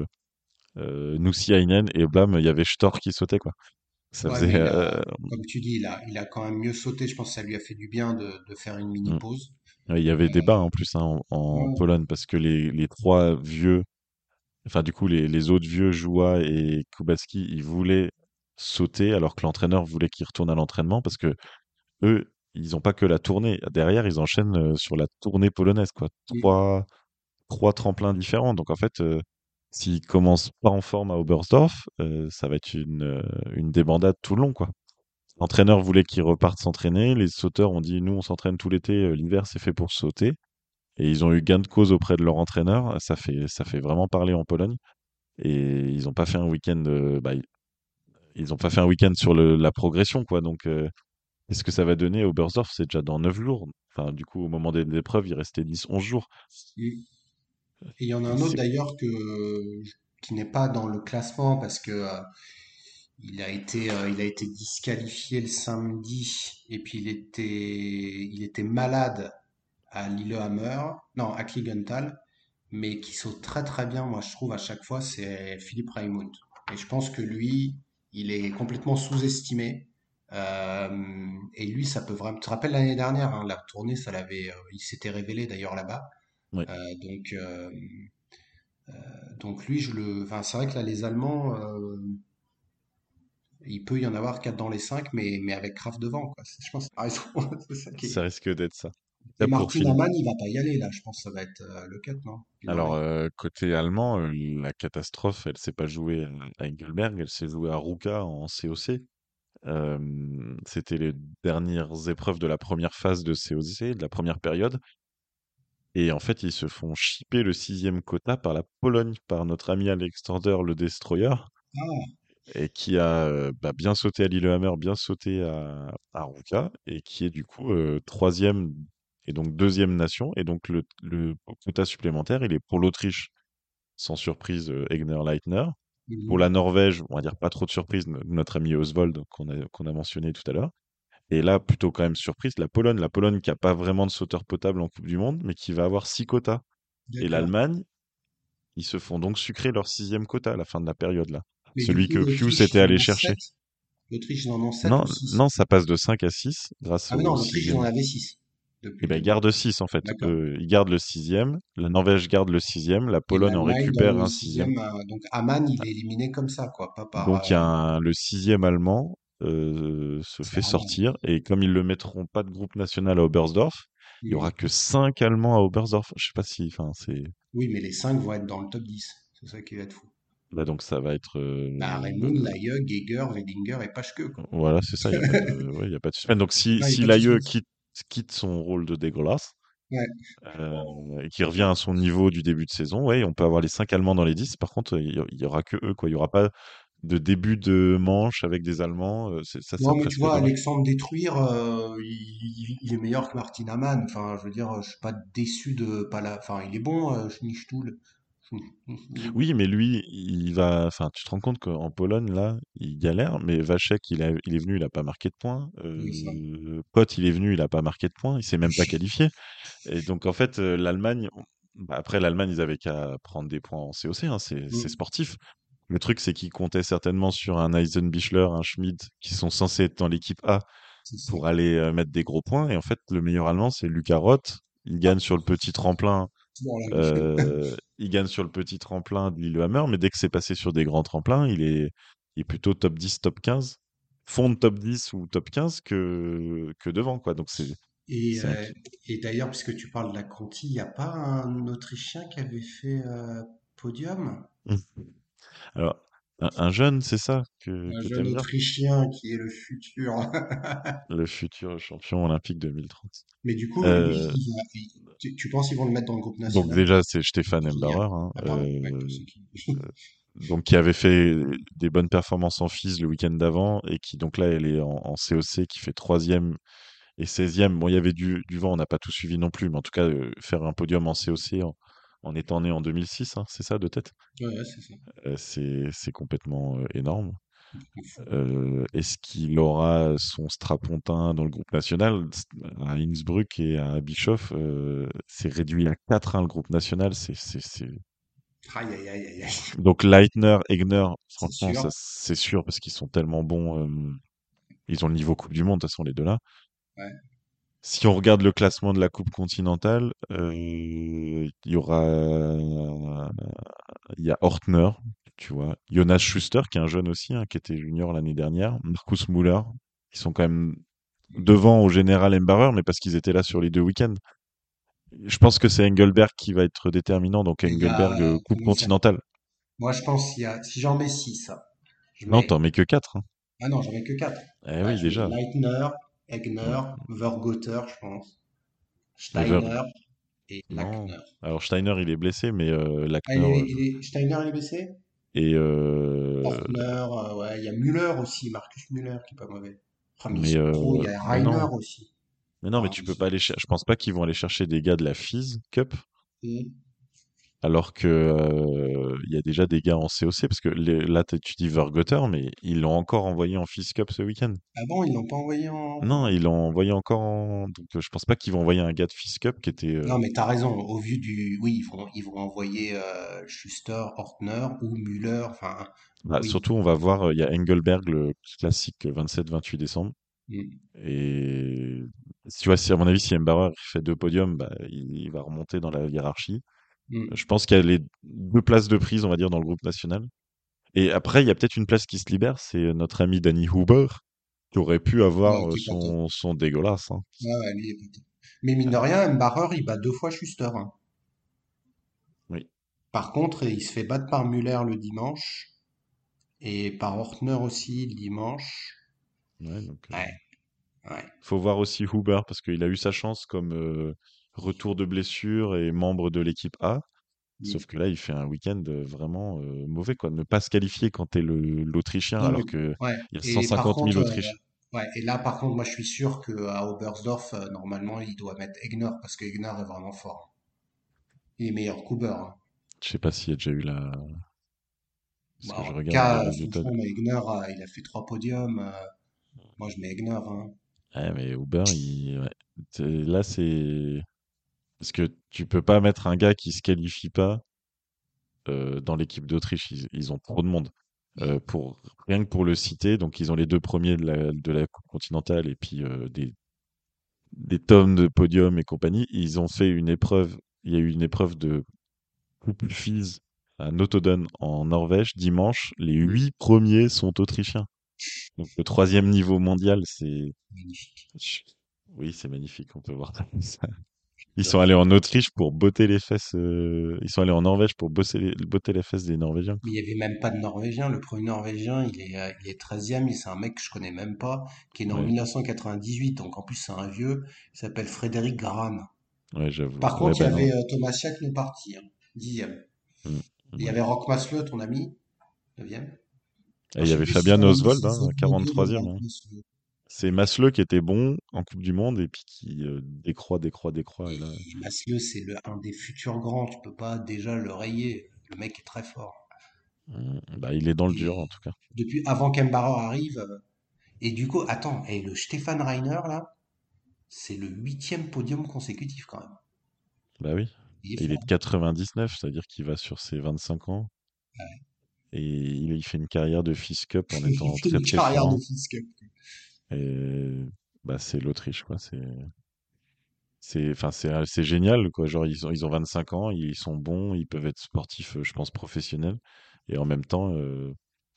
euh, Nusiainen et blam, il y avait Stor qui sautait quoi. Ça Ouais, faisait, mais il euh, a, comme tu dis, il a, il a quand même mieux sauté. Je pense que ça lui a fait du bien de, de faire une mini mm. pause. Ouais, il y avait débat en plus hein, en, en Ouais, Pologne parce que les, les trois vieux, enfin du coup les, les autres vieux, Joua et Kubacki, ils voulaient sauter alors que l'entraîneur voulait qu'ils retournent à l'entraînement parce que eux, ils ont pas que la tournée. Derrière, ils enchaînent euh, sur la tournée polonaise quoi. mm, Trois, trois tremplins différents. Donc en fait, euh, s'il commence pas en forme à Oberstdorf, euh, ça va être une, euh, une débandade tout le long, quoi. L'entraîneur voulait qu'il reparte s'entraîner. Les sauteurs ont dit, nous, on s'entraîne tout l'été. euh, L'hiver, c'est fait pour sauter. Et ils ont eu gain de cause auprès de leur entraîneur. Ça fait, ça fait vraiment parler en Pologne. Et ils ont pas fait un week-end. euh, bah, ils ils ont pas fait un week-end sur le, la progression, quoi. Donc, euh, qu'est-ce que ça va donner au Oberstdorf? C'est déjà dans neuf jours. Enfin, du coup, au moment des épreuves, il restait dix, onze jours. mm. Et il y en a un autre C'est d'ailleurs que, qui n'est pas dans le classement parce que euh, il a été, euh, il a été disqualifié le samedi et puis il était, il était malade à Lillehammer, non, à Kligenthal, mais qui saute très très bien, moi je trouve à chaque fois, c'est Philippe Raimund. Et je pense que lui, il est complètement sous-estimé. Euh, et lui, ça peut vraiment. Tu te rappelles l'année dernière, hein, la tournée, ça l'avait, euh, il s'était révélé d'ailleurs là-bas. ouais. Euh, donc, euh, donc lui, je le. Enfin, c'est vrai que là, les Allemands, euh, il peut y en avoir quatre dans les cinq, mais, mais avec Kraft devant, quoi. C'est- Je pense que t'as raison. C'est ça qui est. Ça risque d'être ça. Et Là, pour Martin finir. Hamann, il va pas y aller là. Je pense que ça va être euh, le quatre, non? Il Alors, aurait. euh, côté allemand, euh, la catastrophe, elle s'est pas jouée à à Engelberg, elle s'est jouée à Ruka en C O C. Euh, C'était les dernières épreuves de la première phase de C O C, de la première période. Et en fait, ils se font chipper le sixième quota par la Pologne, par notre ami Alexander le Destroyer. et qui a euh, bah, bien sauté à Lillehammer, bien sauté à, à Ronca, et qui est du coup euh, troisième et donc deuxième nation. Et donc le, le quota supplémentaire, il est pour l'Autriche, sans surprise, euh, Egner Leitner. Pour la Mhm. Norvège, on va dire pas trop de surprise, no- notre ami Oswald qu'on a, qu'on a mentionné tout à l'heure. Et là, plutôt quand même surprise, la Pologne. La Pologne qui a pas vraiment de sauteur potable en Coupe du Monde, mais qui va avoir six quotas. Et D'accord. l'Allemagne, ils se font donc sucrer leur sixième quota à la fin de la période là. Mais du Celui coup, que Pius l'Autriche, était ils en allé ont chercher. sept. L'Autriche, ils en ont sept Non, ou six. non, ça passe de cinq à six grâce Ah mais non, au l'Autriche, ils en sixième. avaient six Et depuis le ben, ils début. gardent six en fait. D'accord. Eux, ils gardent le sixième. La Norvège garde le sixième. La Et Pologne en l'Allemagne donne récupère le un sixième. sixième. à- Donc Aman, il est éliminé comme ça, quoi. Pas par. Donc il y euh, a un- le sixième allemand euh, se C'est fait rarement. sortir. Et comme ils le mettront pas de groupe national à Oberstdorf, il y aura Mhm. que cinq Allemands à Oberstdorf. Je sais pas si, enfin, c'est, Oui, mais les cinq vont être dans le top dix. C'est ça qui va être fou. bah donc ça va être, Bah, euh, Raimund, Layeux, Geiger, Wedinger et Paschke, quoi. voilà, c'est ça. Il y a pas de, ouais, il y a pas de suspense. Donc si Non, il n'y a si pas de l'A E suspense. quitte quitte son rôle de dégueulasse, Ouais. euh, et qui revient à son niveau du début de saison, ouais, on peut avoir les cinq Allemands dans les dix. Par contre, il y, il y aura que eux, quoi. Il y aura pas de début de manche avec des Allemands. euh, c'est- Ça, Non, c'est mais tu presque vois, dommage. Alexandre Détruire, euh, il, il- il est meilleur que Martin Amann. Enfin, je veux dire, je suis pas déçu de pas la. Enfin, il est bon, euh, Schnitzstuhl. Il est bon. Oui, mais lui, il va. Enfin, tu te rends compte qu'en Pologne, là, il galère. Mais Vachek, il, a- il est venu, il a pas marqué de points. Oui, ça. Euh, Pot, il est venu, il a pas marqué de points. Il s'est même pas qualifié. Et donc, en fait, euh, l'Allemagne. on- bah, après, l'Allemagne, ils avaient qu'à prendre des points en C O C, hein, c'est c'est Mm, sportif. Le truc, c'est qu'ils comptaient certainement sur un Eisenbichler, un Schmid, qui sont censés être dans l'équipe A c'est ça. pour aller euh, mettre des gros points. Et en fait, le meilleur Allemand, c'est Lucas Roth. Il Ah, gagne sur le petit tremplin toujours la vie. euh, il gagne sur le petit tremplin de Lillehammer, mais dès que c'est passé sur des grands tremplins, il est, il est plutôt top dix, top quinze, fond de top dix ou top quinze que, que devant, quoi. Donc c'est, Et, c'est un... euh, et d'ailleurs, puisque tu parles de la Conti, il n'y a pas un Autrichien qui avait fait euh, podium? Alors, un, un jeune, c'est ça que, Un que jeune t'aimes bien? Autrichien qui est le futur. Le futur champion olympique deux mille trente. Mais du coup, lui, Euh, il va- il- tu, tu penses qu'ils vont le mettre dans le groupe donc national? déjà, c'est Stéphane Qui y a? Embarer, hein, Ah, pardon. Ouais, euh, c'est qui? donc qui avait fait des bonnes performances en F I S le week-end d'avant et qui donc là elle est en, en C O C qui fait troisième et seizième. Bon, il y avait du, du vent, on n'a pas tout suivi non plus, mais en tout cas, euh, faire un podium en C O C en, en étant né en deux mille six, hein, c'est ça de tête. Ouais, ouais, c'est ça. Euh, c'est, c'est complètement euh, énorme. Fou. Euh, est-ce qu'il aura son strapontin dans le groupe national? À Innsbruck et à Bischoff, euh, c'est réduit à quatre, hein, le groupe national. C'est, c'est, c'est... Aïe, aïe, aïe, aïe, aïe. Donc Leitner, Egner, C'est franchement, sûr. ça c'est sûr parce qu'ils sont tellement bons. euh, ils ont le niveau Coupe du Monde, de toute façon, les deux là. Ouais. Si on regarde le classement de la Coupe continentale, euh, il y aura, il y a Ortner, tu vois, Jonas Schuster qui est un jeune aussi, hein, qui était junior l'année dernière, Markus Müller, qui sont quand même devant au général Embarrer, mais parce qu'ils étaient là sur les deux week-ends. Je pense que c'est Engelberg qui va être déterminant, donc Et il y Engelberg a, euh, Coupe comment il s'appelle? continentale. Moi, je pense qu'il y a, si j'en mets six, je Non, t'en mets, mets que quatre. ah non, j'en mets que quatre. Eh Bah, oui, je mets déjà. Leitner, Mm. Egner, Vergoter, je pense, Ever... Steiner et Non. Lackner. Alors Steiner, il est blessé, mais euh, Ah, il Lackner est, euh, il est, Steiner, il est blessé? et euh, Ortner, euh, ouais, il y a Müller aussi, Marcus Müller, qui est pas mauvais. Ah, mais ils mais sont trop, il euh, y a mais Rainer non. aussi. Mais non, mais Ah, tu ils peux sont- pas aller chercher. Je pense pas qu'ils vont aller chercher des gars de la F I S Cup, Hmm. alors que euh, il y a déjà des gars en C O C, parce que les- là t'es- tu dis Vergotter, mais ils l'ont encore envoyé en F I S Cup ce week-end. Ah bon, ils l'ont pas envoyé Non, en. ils l'ont envoyé encore en. Donc euh, je pense pas qu'ils vont envoyer un gars de F I S Cup qui était. Non, euh, mais t'as raison. Au vu du, oui, ils vont, ils vont envoyer euh, Schuster, Ortner ou Müller. Enfin, bah, oui. surtout, on va voir. euh, Il y a Engelberg, le classique vingt-sept vingt-huit décembre. Hmm, Et si tu vois, si à mon avis, si Embarrer fait deux podiums, bah, il, il va remonter dans la hiérarchie. hmm. Je pense qu'il y a les deux places de prise, on va dire, dans le groupe national. Et après, il y a peut-être une place qui se libère, c'est notre ami Danny Huber, qui aurait pu Ouais, avoir euh, qui est pas top. son, son dégueulasse, hein. Ouais, ouais, lui, il est pas top. Mais mine de Euh, rien, Mbarer, il bat deux fois Schuster, hein. oui, Par contre, il se fait battre par Müller le dimanche et par Ortner aussi le dimanche. ouais, donc euh, Ouais, ouais. faut voir aussi Huber parce qu'il a eu sa chance comme euh, retour de blessure et membre de l'équipe A. Sauf Mm. que là, il fait un week-end euh, vraiment euh, mauvais, quoi. Ne pas se qualifier quand t'es le l'Autrichien, Non, mais alors que ouais. il y a cent Et par cinquante mille contre, euh, Autriches. ouais. Et là, par contre, moi, je suis sûr que à Oberstdorf, euh, normalement, il doit mettre Egner parce que Egner est vraiment fort. Il est meilleur qu'Huber, hein. Je sais pas s'il y a déjà eu la... Parce Bah, que je en tout regarde les cas, euh, résultats. franchement, mais Egner, euh, il a fait trois podiums. euh, moi, je mets Egner, hein. Ouais, mais Uber, il... ouais. C'est- Là, c'est... Parce que tu peux pas mettre un gars qui se qualifie pas euh, dans l'équipe d'Autriche. Ils, ils ont trop de monde. Euh, pour... Rien que pour le citer, donc ils ont les deux premiers de la, de la Coupe continentale et puis euh, des, des tonnes de podiums et compagnie. Ils ont fait une épreuve, il y a eu une épreuve de couple FIS à Notodden en Norvège dimanche. Les Mm. huit premiers sont autrichiens. Donc le troisième niveau mondial, c'est... Magnifique. Oui, c'est magnifique, on peut voir ça. Ils sont Top. allés en Autriche pour botter les fesses. euh, Ils sont allés en Norvège pour bosser les... botter les fesses des Norvégiens, Mais quoi. il y avait même pas de Norvégien. Le premier Norvégien, il est, euh, il est treizième. Il- C'est un mec que je connais même pas, qui est né en Ouais, mille neuf cent quatre-vingt-dix-huit. Donc en plus, c'est un vieux. Il s'appelle Frédéric Graham. ouais, j'avoue. Par Ouais, contre, il y ben non. avait euh, Thomas Schack nous parti, hein, dixième. Mm, Il y ouais. avait Roch Maslow, ton ami, neuvième. Et Alors, il je y sais avait plus si Fabian on a mis Oswald, ses hein, fautes moto dans quarante-troisième, Roch hein. Maslow. C'est Maslow qui était bon en Coupe du Monde et puis qui euh, décroît, décroît, décroît. Et là, Et Maslow, c'est le, un des futurs grands. Tu peux pas déjà le rayer. Le mec est très fort. mm, bah, il est dans le dur, en Et tout cas. depuis, avant qu'Embarrer arrive, euh, et du coup, attends, et le Stefan Reiner, là, c'est le huitième podium consécutif quand même. Bah oui. Il est Et il est fort. de quatre-vingt-dix-neuf, c'est-à-dire qu'il va sur ses vingt-cinq ans. Et il, il fait une carrière de Fist Cup en Il étant fait très une très carrière de fin. fils. Et bah, c'est l'Autriche, quoi. C'est, c'est, enfin, c'est, c'est génial, quoi. Genre, ils ont, ils ont vingt-cinq ans, ils sont bons, ils peuvent être sportifs, euh, je pense, professionnels. Et en même temps, euh,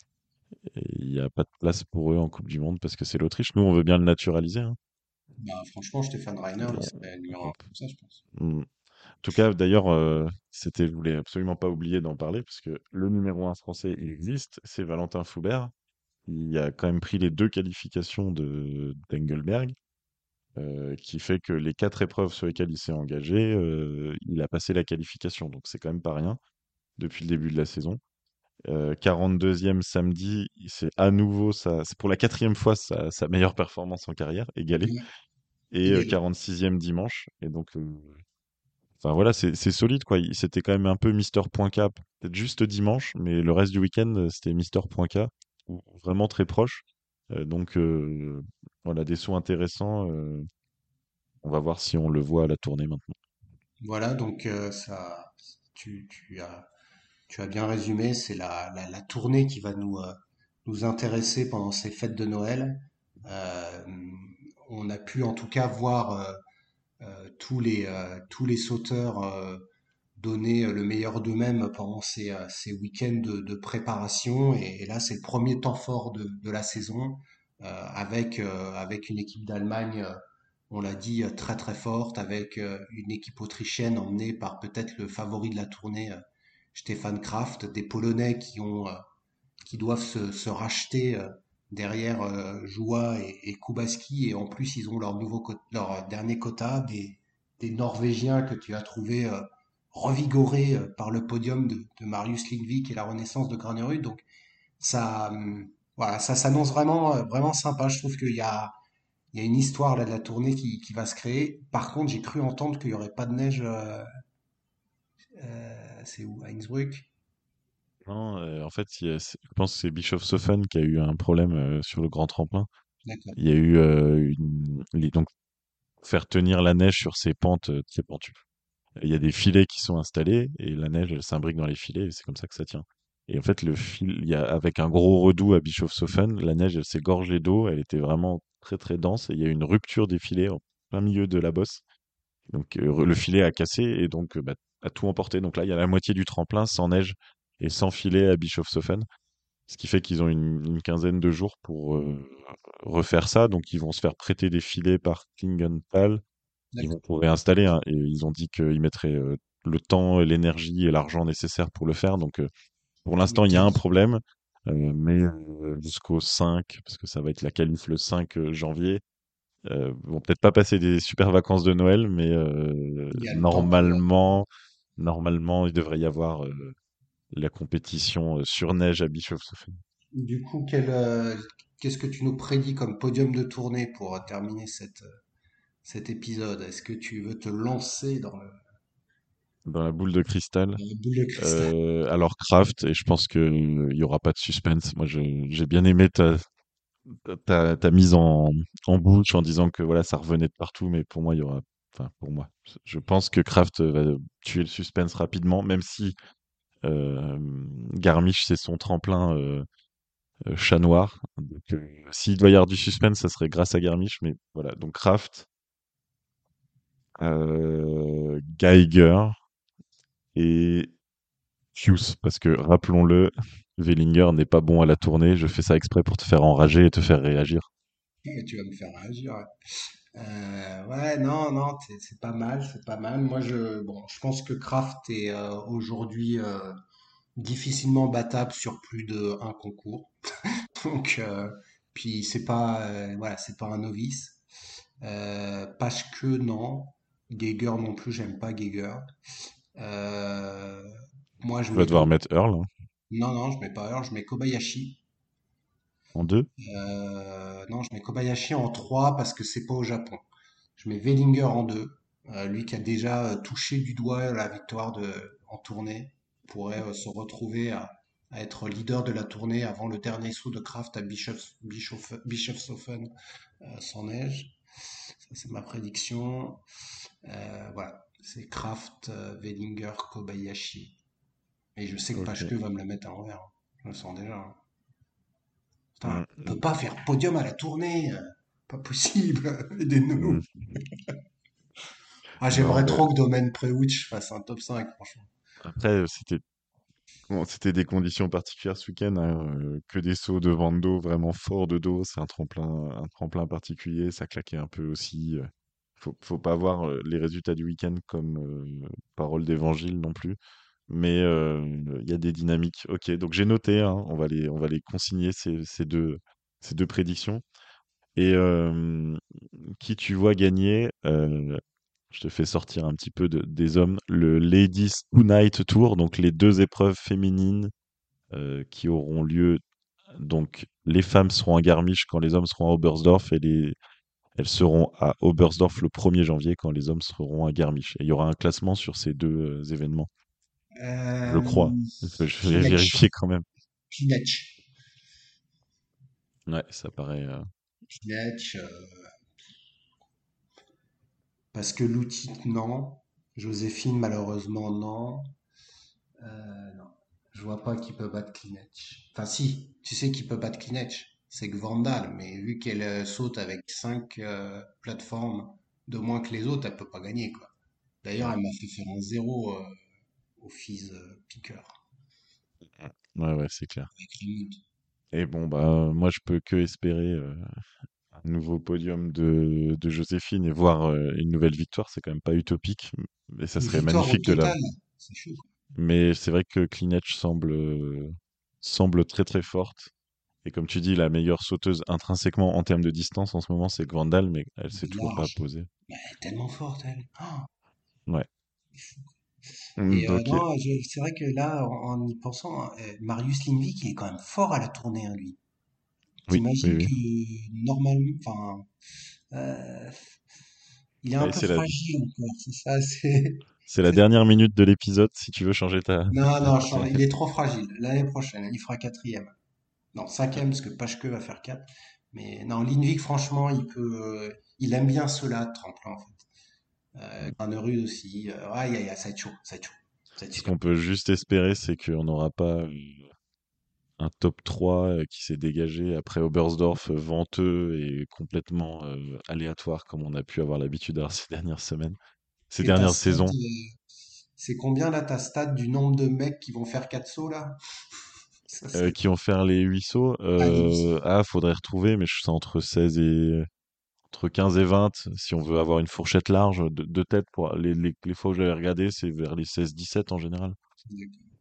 il n'y a pas de place pour eux en Coupe du Monde parce que c'est l'Autriche. Nous, on veut bien le naturaliser, hein. Bah, franchement, Stéphane Reiner, il On- serait numéro un on- pour ça, je pense. on- En tout cas, d'ailleurs, euh, c'était, je voulais absolument pas oublier d'en parler parce que le numéro un français, il existe, c'est Valentin Foubert. Il a quand même pris les deux qualifications de d'Engelberg, euh, qui fait que les quatre épreuves sur lesquelles il s'est engagé, euh, il a passé la qualification. Donc c'est quand même pas rien depuis le début de la saison. Euh, quarante-deuxième samedi, c'est à nouveau sa, c'est pour la quatrième fois sa, sa meilleure performance en carrière, égalée. Ouais, Et euh, égalé. quarante-sixième dimanche. Et donc, euh, enfin voilà, c'est c'est solide quoi. Il- C'était quand même un peu Mister Point K, peut-être juste dimanche, mais le reste du week-end, euh, c'était Mister Point K, ou- vraiment très proche. Euh, donc euh, voilà, des sauts intéressants. euh, On va voir si on le voit à la tournée maintenant. Voilà, donc euh, ça, tu, tu as, tu as bien résumé. C'est la, la, la tournée qui va nous, euh, nous intéresser pendant ces fêtes de Noël. Euh, on a pu en tout cas voir euh, euh, tous les, euh, tous les sauteurs euh, donner le meilleur d'eux-mêmes pendant ces, euh, ces week-ends de, de préparation. Et, et là, c'est le premier temps fort de, de la saison euh, avec, euh, avec une équipe d'Allemagne, euh, on l'a dit, euh, très très forte, avec euh, une équipe autrichienne emmenée par peut-être le favori de la tournée, euh, Stefan Kraft, des Polonais qui ont, euh, qui doivent se, se racheter euh, derrière euh, Joua et, et Kubaski, et en plus ils ont leur nouveau co- leur dernier quota, des, des Norvégiens que tu as trouvé euh, revigorés euh, par le podium de, de Marius Lindvik et la renaissance de Granerud. Donc ça, hum, voilà, ça s'annonce vraiment, euh, vraiment sympa. Je trouve qu'il y a, il y a une histoire là de la tournée qui, qui va se créer. Par contre, j'ai cru entendre qu'il n'y aurait pas de neige. Euh, euh, c'est où? À Innsbruck? Non, euh, en fait, il y a- c'est- je pense que c'est Bischofshofen qui a eu un problème euh, sur le grand tremplin. D'accord. Il y a eu euh, une... les- donc faire tenir la neige sur ces pentes euh, très pentues. Il y a des filets qui sont installés et la neige elle s'imbrique dans les filets et c'est comme ça que ça tient. Et en fait, le fil, il y a avec un gros redout à Bischofshofen, la neige elle s'est gorgée d'eau, elle était vraiment très très dense et il y a eu une rupture des filets en plein milieu de la bosse. Donc euh, le filet a cassé et donc euh, bah, a tout emporté. Donc là, il y a la moitié du tremplin sans neige et sans filet à Bischofshofen, ce qui fait qu'ils ont une, une quinzaine de jours pour euh, refaire ça. Donc ils vont se faire prêter des filets par Klingenthal. Ils vont D'accord. pour réinstaller, hein, et ils ont dit qu'ils mettraient euh, le temps, l'énergie et l'argent nécessaires pour le faire. Donc euh, pour Mais l'instant, il y a un peut-être. problème, euh, mais euh, jusqu'au cinq, parce que ça va être la qualif le cinq euh, janvier. Euh, ils vont peut-être pas passer des super vacances de Noël, mais euh, Il y a le temps pour. normalement, Normalement, il devrait y avoir euh, la compétition euh, sur neige à Bischofshofen. Du coup, quel, euh, qu'est-ce que tu nous prédis comme podium de tournée pour euh, terminer cette, euh, cet épisode? Est-ce que tu veux te lancer dans le, Dans la boule de cristal. dans la boule de cristal? Euh, alors Kraft, et je pense qu'il n'y aura pas de suspense. Moi, j'ai j'ai bien aimé ta, ta, ta mise en, en bouche en disant que voilà, ça revenait de partout, mais pour moi, il y aura. Enfin, pour moi, je pense que Kraft va tuer le suspense rapidement, même si euh, Garmisch, c'est son tremplin euh, euh, chat noir. Donc, euh, s'il doit y avoir du suspense, ça serait grâce à Garmisch, mais voilà. Donc Kraft, euh, Geiger et Hughes, parce que rappelons-le, Wellinger n'est pas bon à la tournée. Je fais ça exprès pour te faire enrager et te faire réagir. Ouais, tu vas me faire réagir. Ouais. Euh, ouais, non, non, c'est c'est pas mal, c'est pas mal. Moi, je, bon, je pense que Kraft est euh, aujourd'hui euh, difficilement battable sur plus de un concours. Donc, euh, puis c'est pas, euh, voilà, c'est pas un novice. Euh, Pache non. Geiger non plus, j'aime pas Geiger. Euh, moi, je Tu vas mets devoir Ko- mettre Earl hein, non, non, je mets pas Earl, je mets Kobayashi. en deux. Euh, non, je mets Kobayashi en trois parce que c'est pas au Japon. Je mets Wellinger en deux. Euh, lui qui a déjà euh, touché du doigt la victoire de, en tournée pourrait euh, se retrouver à, à être leader de la tournée avant le dernier saut de Kraft à Bischofs- Bischofs- Bischofshofen euh, sans neige. Ça, c'est ma prédiction. Euh, voilà, c'est Kraft, euh, Wellinger, Kobayashi. Et je sais que Ok. Pachke va me la mettre à l'envers, hein. Je le sens déjà, hein. Putain, Mm, on peut pas faire podium à la tournée. euh, Pas possible. Aidez-nous. mm. Ah, Non, j'aimerais bah, trop que Domaine Prewic fasse un top cinq, franchement. après, c'était bon, c'était des conditions particulières ce week-end, hein, euh, que des sauts de vent de dos vraiment forts de dos. C'est un tremplin, un tremplin particulier. Ça claquait un peu aussi. euh. Faut, faut pas voir euh, les résultats du week-end comme euh, parole d'évangile non plus. Mais euh, il y a des dynamiques. Ok, donc j'ai noté, hein, on va les, on va les consigner ces, ces deux, ces deux prédictions. Et euh, qui tu vois gagner, euh, je te fais sortir un petit peu de- des hommes, le Ladies Tonight Tour, donc les deux épreuves féminines euh, qui auront lieu. Donc les femmes seront à Garmisch quand les hommes seront à Oberstdorf et les, elles seront à Oberstdorf le premier janvier quand les hommes seront à Garmisch. Et il y aura un classement sur ces deux euh, événements, je Euh, crois. Je vais Kinech. vérifier quand même. Kinech. Ouais, ça paraît. euh, Kinech, euh, parce que l'outil, non. Joséphine, malheureusement, non. Euh, non. Je vois pas qui peut battre Kinech. Enfin, si, tu sais qui peut battre Kinech. C'est que Vandal, mais vu qu'elle euh, saute avec cinq euh, plateformes de moins que les autres, elle peut pas gagner, quoi. D'ailleurs, Ouais, elle m'a fait faire un zéro euh, au Fizz euh, Picker ouais, ouais, c'est clair. avec Remote. Et bon, bah, moi, je peux que espérer euh, un nouveau podium de, de Joséphine et voir euh, une nouvelle victoire. C'est quand même pas utopique, mais ça Une serait victoire au magnifique de la. total, c'est chaud, quoi. Mais c'est vrai que Klinech semble, euh, semble très très forte. Et comme tu dis, la meilleure sauteuse intrinsèquement en termes de distance en ce moment, c'est Gwendal, mais elle s'est De toujours pas large. posée. Mais elle est tellement forte, elle. Oh, Ouais. Mm, et euh, ok. non, je- c'est vrai que là, en, en y pensant, hein, euh, Marius Lindvik, il est quand même fort à la tournée, hein, lui. Oui, oui, T'imagines oui. que normalement, enfin, euh, il est un Allez, peu c'est la, fragile encore, c'est ça, c'est. c'est la dernière minute de l'épisode si tu veux changer ta. Non, non, je- il est trop fragile. L'année prochaine, il fera quatrième. Non, cinquième, parce que Pachke va faire quatre. Mais non, Lindvik, franchement, il peut, euh, il aime bien cela, tremplin, en fait. Euh, Granerud aussi. Euh, aïe, aïe, aïe, ça va être chaud, ça va être chaud. Ça va être Ce super. qu'on peut juste espérer, c'est qu'on n'aura pas euh, un top trois euh, qui s'est dégagé après Oberstdorf euh, venteux et complètement euh, aléatoire comme on a pu avoir l'habitude d'avoir ces dernières semaines, ces Et ta dernières stat, saisons, euh, c'est combien là ta stat du nombre de mecs qui vont faire quatre sauts là? Ça euh, serait. qui ont fait les huit sauts. Ah, les huit sauts. Euh, ah, faudrait retrouver, mais je sais entre seize et entre quinze et vingt, si on veut avoir une fourchette large de, de tête pour les, les, les fois où j'avais regardé, c'est vers les seize dix-sept en général. D'accord.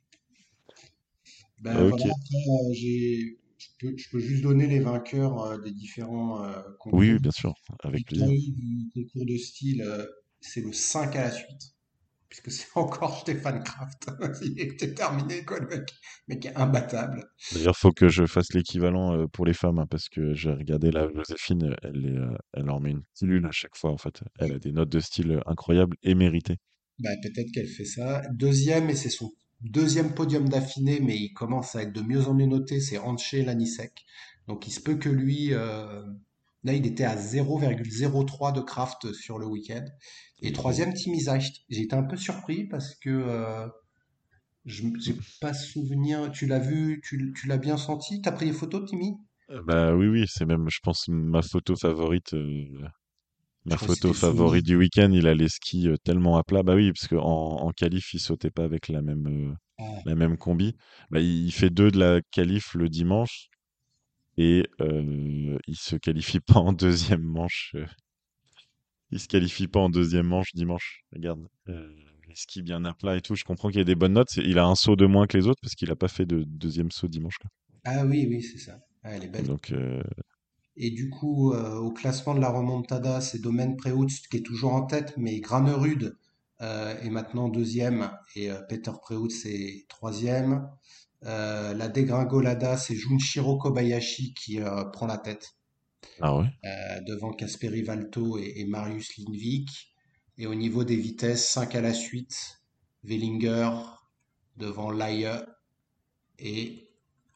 Ben voilà, Ok. après, euh, j'ai, je peux, je peux juste donner les vainqueurs euh, des différents euh, Oui, oui, concours. bien sûr, avec plaisir. Italie du concours de style, euh, c'est le cinq à la suite. puisque c'est encore Stéphane Kraft. Il était terminé, quoi, le mec. Le mec est imbattable. D'ailleurs, faut que je fasse l'équivalent euh, pour les femmes, hein, parce que j'ai regardé la Joséphine, elle, est, euh, elle en met une pilule à chaque fois, en fait. Elle a des notes de style euh, incroyables et méritées. Bah, peut-être qu'elle fait ça. Deuxième, et c'est son deuxième podium d'affilée, mais il commence à être de mieux en mieux noté, c'est Antje Lanisek. Donc il se peut que lui, euh, là il était à zéro virgule zéro trois de Kraft sur le week-end. Et Et bon, troisième, Tim Isacht. J'ai été un peu surpris parce que euh, je j'ai pas souvenir. Tu l'as vu, tu, tu l'as bien senti? T'as pris des photos, Timmy? euh, bah oui, oui, c'est même, je pense, ma photo favorite. euh, Je Ma crois que photo c'était souvenir. favorite du week-end, il a les skis euh, tellement à plat. Bah oui, parce qu'en en qualif, il sautait pas avec la même, euh, Ah, la même combi. Bah, il il fait deux de la qualif le dimanche et euh, il se qualifie pas en deuxième manche. euh, il se qualifie pas en deuxième manche dimanche. Regarde, euh, les skis bien à plat et tout. Je comprends qu'il y ait des bonnes notes. c'est- Il a un saut de moins que les autres parce qu'il a pas fait de deuxième saut dimanche, quoi. ah oui, oui, c'est ça. Ah, elle est belle. Donc, euh, Et du coup, euh, au classement de la remontada, c'est Domen Preutz qui est toujours en tête, mais Granerud euh, est maintenant deuxième et euh, Peter Preutz est troisième. Euh, la dégringolada, c'est Junshiro Kobayashi qui euh, prend la tête ah ouais. euh, devant Kasperi Valto et, et Marius Lindvik. Et au niveau des vitesses, cinq à la suite, Wellinger devant Laie et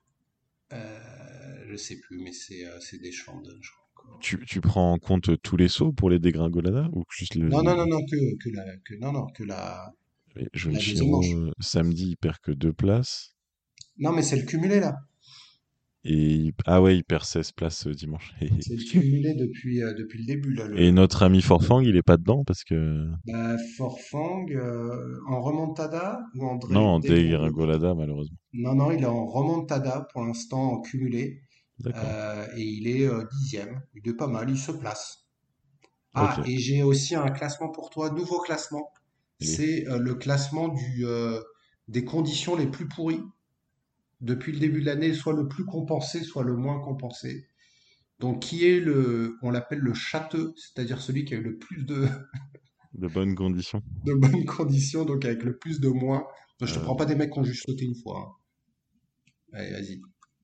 euh, je sais plus, mais c'est euh, c'est Deschamps, je crois. Tu, tu prends en compte tous les sauts pour les dégringoladas ou juste le, Non, non, le- non, non, que, que la, que, non, non, que la, Et la deuxième Junichiro, manche. euh, samedi, il perd que deux places. Non, mais c'est le cumulé, là. Et il- ah ouais, il perd seize places euh, dimanche. C'est le cumulé depuis, euh, depuis le début, là. Et Le, notre ami Forfang, il est pas dedans parce que... bah, Forfang, euh, en remontada ou en Non, dré- en dégringolada? dégringolada, malheureusement. Non, non, il est en remontada pour l'instant, en cumulé. D'accord. Euh, et il est euh, dixième. Il est pas mal, il se place. Ok. Ah, et j'ai aussi un classement pour toi, nouveau classement. Et... C'est euh, le classement du, euh, des conditions les plus pourries depuis le début de l'année, soit le plus compensé, soit le moins compensé. Donc, qui est le, on l'appelle le châteux, c'est-à-dire celui qui a eu le plus de, De bonnes conditions. de bonnes conditions, donc avec le plus de moins. Je te Euh, prends pas des mecs qui ont juste sauté une fois, hein. Allez, vas-y.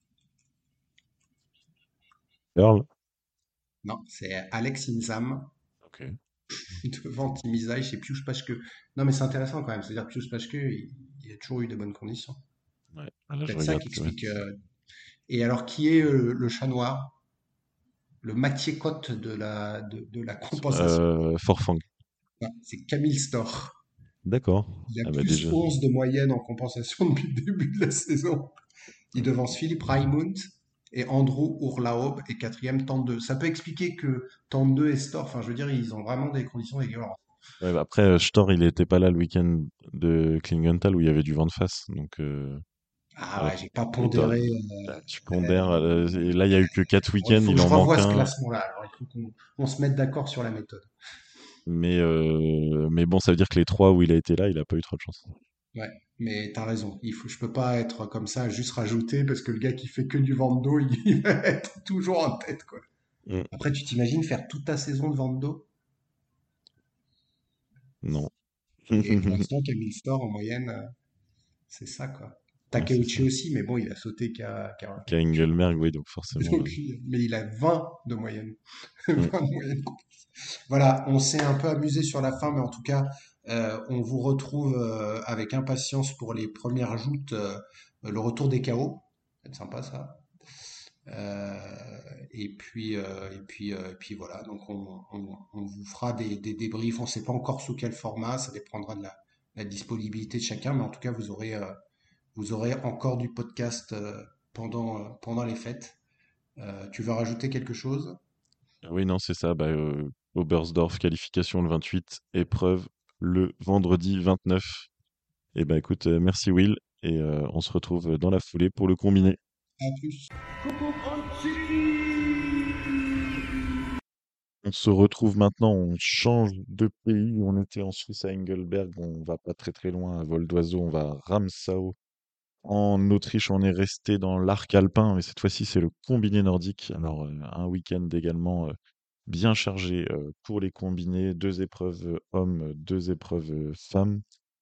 Earl. Non, c'est Alex Inzam Ok. devant Tim Isaïch et Pius Paschke. Non, mais c'est intéressant quand même. C'est-à-dire Pius Paschke, il, il a toujours eu de bonnes conditions. Ouais. Ah, là, je Peut-être ça regarde qui que... ouais. explique. euh, Et alors, qui est euh, le chat noir, le Mathieu Cotte de la, de, de la compensation? Euh, Forfang. Ah, c'est Camille Storr. D'accord. Il a Ah bah plus déjà. onze de moyenne en compensation depuis le début de la saison. Il devance Philippe Raimund et Andrew Urlaub est quatrième, Tande. Ça peut expliquer que Tande et Storr, enfin je veux dire, ils ont vraiment des conditions dégueulasses. Ouais, bah après, euh, Stor, il était pas là le week-end de Klingenthal où il y avait du vent de face. Donc, euh, Ah voilà. ouais, j'ai pas Et t'as- pondéré. euh, t'as- tu pondères. euh, et là, il y a eu que quatre bon, il week-ends, faut que il je en revoie manque ce un. classement-là. Alors il faut qu'on on se mette d'accord sur la méthode. Mais, euh, mais bon, ça veut dire que les trois où il a été là, il a pas eu trop de chance. Ouais, mais t'as raison. Il faut, je peux pas être comme ça, juste rajouter, parce que le gars qui fait que du vando, il, il va être toujours en tête, quoi. Mm. Après, tu t'imagines faire toute ta saison de vando? Non. Et pour l'instant, Camille Storr, en moyenne, euh, c'est ça, quoi. Ouais, c'est ça. Takeuchi aussi, mais bon, il a sauté qu'à qu'à- Qu'à Engelberg, oui, donc forcément. donc, euh, il- mais il a vingt de moyenne. mm. vingt de moyenne. Voilà, on s'est un peu amusé sur la fin, mais en tout cas, euh, on vous retrouve euh, avec impatience pour les premières joutes, euh, le retour des K O. C'est sympa ça. Euh, et puis, euh, et puis, euh, et puis voilà. Donc on, on- on vous fera des, des débriefs. On ne sait pas encore sous quel format. Ça dépendra de la, la disponibilité de chacun, mais en tout cas, vous aurez, euh, vous aurez encore du podcast euh, pendant, euh, pendant les fêtes. Euh, tu veux rajouter quelque chose? Oui, non, c'est ça. Bah, euh, Oberstdorf, qualification le vingt-huit, épreuve le vendredi vingt-neuf. Et bah écoute, euh, merci Will, et euh, on se retrouve dans la foulée pour le combiné. À plus. On se retrouve maintenant, on change de pays. On était en Suisse à Engelberg, on va pas très très loin à vol d'oiseau, on va à Ramsau. En Autriche, on est resté dans l'arc alpin, mais cette fois-ci, c'est le combiné nordique. Alors, euh, un week-end également euh, bien chargé euh, pour les combinés. Deux épreuves euh, hommes, deux épreuves euh, femmes.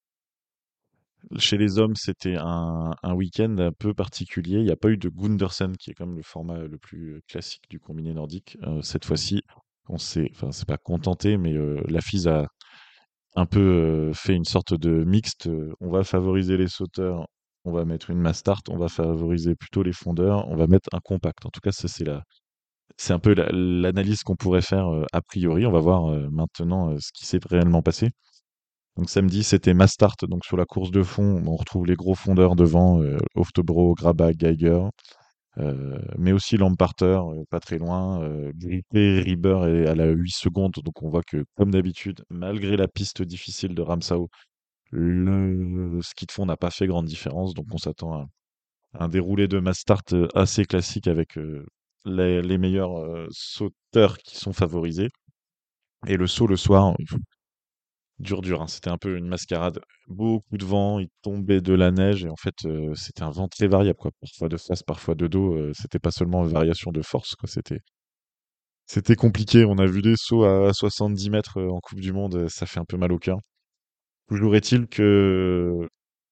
Chez les hommes, c'était un, un week-end un peu particulier. Il n'y a pas eu de Gundersen, qui est quand même le format le plus classique du combiné nordique. Euh, cette fois-ci, on s'est, enfin, c'est pas contenté, mais euh, la F I S a un peu euh, fait une sorte de mixte. Euh, On va favoriser les sauteurs, on va mettre une mass start, on va favoriser plutôt les fondeurs, on va mettre un compact. En tout cas, ça, c'est la, c'est un peu la- l'analyse qu'on pourrait faire euh, a priori. On va voir euh, maintenant euh, ce qui s'est réellement passé. Donc samedi, c'était mass start. Donc sur la course de fond, on retrouve les gros fondeurs devant, euh, Oftebro, Grabach, Geiger, euh, mais aussi Lamparter, euh, pas très loin. Euh, Grippé, Rieber est à la huit secondes. Donc on voit que, comme d'habitude, malgré la piste difficile de Ramsau, le ski de fond n'a pas fait grande différence. Donc on s'attend à un déroulé de mass start euh, assez classique avec euh, les, les meilleurs euh, sauteurs qui sont favorisés. Et le saut le soir, dur, dur, hein. C'était un peu une mascarade. Beaucoup de vent, il tombait de la neige et en fait, euh, c'était un vent très variable, quoi. Parfois de face, parfois de dos. Euh, c'était pas seulement une variation de force, quoi. C'était, c'était compliqué. On a vu des sauts à soixante-dix mètres euh, en Coupe du Monde. euh, Ça fait un peu mal au cœur. Toujours est-il que,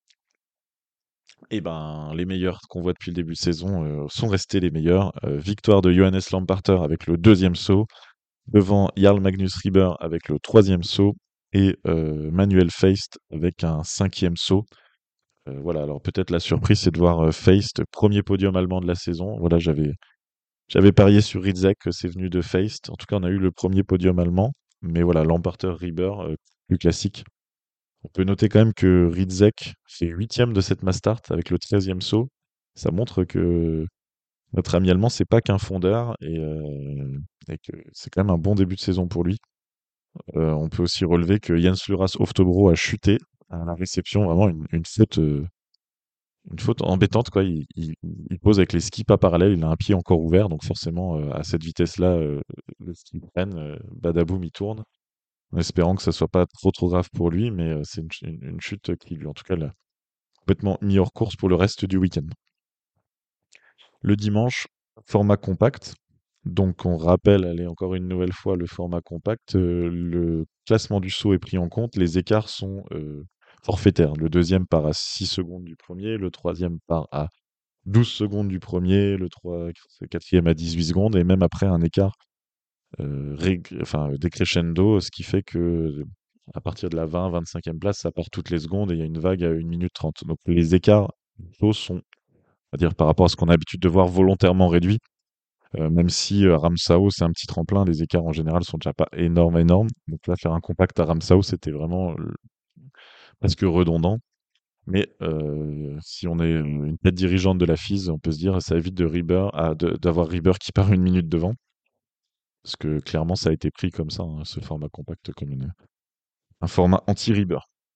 eh ben, les meilleurs qu'on voit depuis le début de saison euh, sont restés les meilleurs. Euh, victoire de Johannes Lamparter avec le deuxième saut, devant Jarl Magnus Rieber avec le troisième saut et euh, Manuel Feist avec un cinquième saut. Euh, voilà, alors peut-être la surprise, c'est de voir euh, Feist, premier podium allemand de la saison. Voilà, j'avais j'avais parié sur Ridzek que c'est venu de Feist. En tout cas, on a eu le premier podium allemand. Mais voilà, Lamparter Rieber, euh, plus classique. On peut noter quand même que Ridzek fait huitième de cette mass start avec le treizième saut. Ça montre que notre ami allemand, c'est pas qu'un fondeur et, euh, et que c'est quand même un bon début de saison pour lui. Euh, on peut aussi relever que Jens Luras Oftebro a chuté à la réception, vraiment une, une faute, euh, une faute embêtante, quoi. Il, il- il pose avec les skis pas parallèles, il a un pied encore ouvert, donc forcément, euh, à cette vitesse-là, euh, le ski freine, euh, badaboum, il tourne. En espérant que ça soit pas trop trop grave pour lui, mais euh, c'est une, ch- une- une chute qui, lui, en tout cas, l'a complètement mis hors course pour le reste du week-end. Le dimanche, format compact. Donc on rappelle, allez, encore une nouvelle fois, le format compact. Euh, le classement du saut est pris en compte. Les écarts sont euh, forfaitaires. Le deuxième part à six secondes du premier, le troisième part à douze secondes du premier, le trois, le quatrième à dix-huit secondes, et même après un écart euh, rég- enfin, décrescendo, ce qui fait que à partir de la vingt, vingt-cinquième place, ça part toutes les secondes et il y a une vague à une minute trente. Donc les écarts du saut sont, on va dire, par rapport à ce qu'on a l'habitude de voir, volontairement réduits. Euh, même si euh, Ramsau, c'est un petit tremplin, les écarts en général sont déjà pas énormes, énormes. Donc là, faire un compact à Ramsau, c'était vraiment euh, presque redondant. Mais euh, si on est une tête dirigeante de la F I S, on peut se dire ça évite de Rieber, à- de- d'avoir Rieber qui part une minute devant. Parce que clairement, ça a été pris comme ça, hein, ce format compact, comme une- un format anti-Rieber.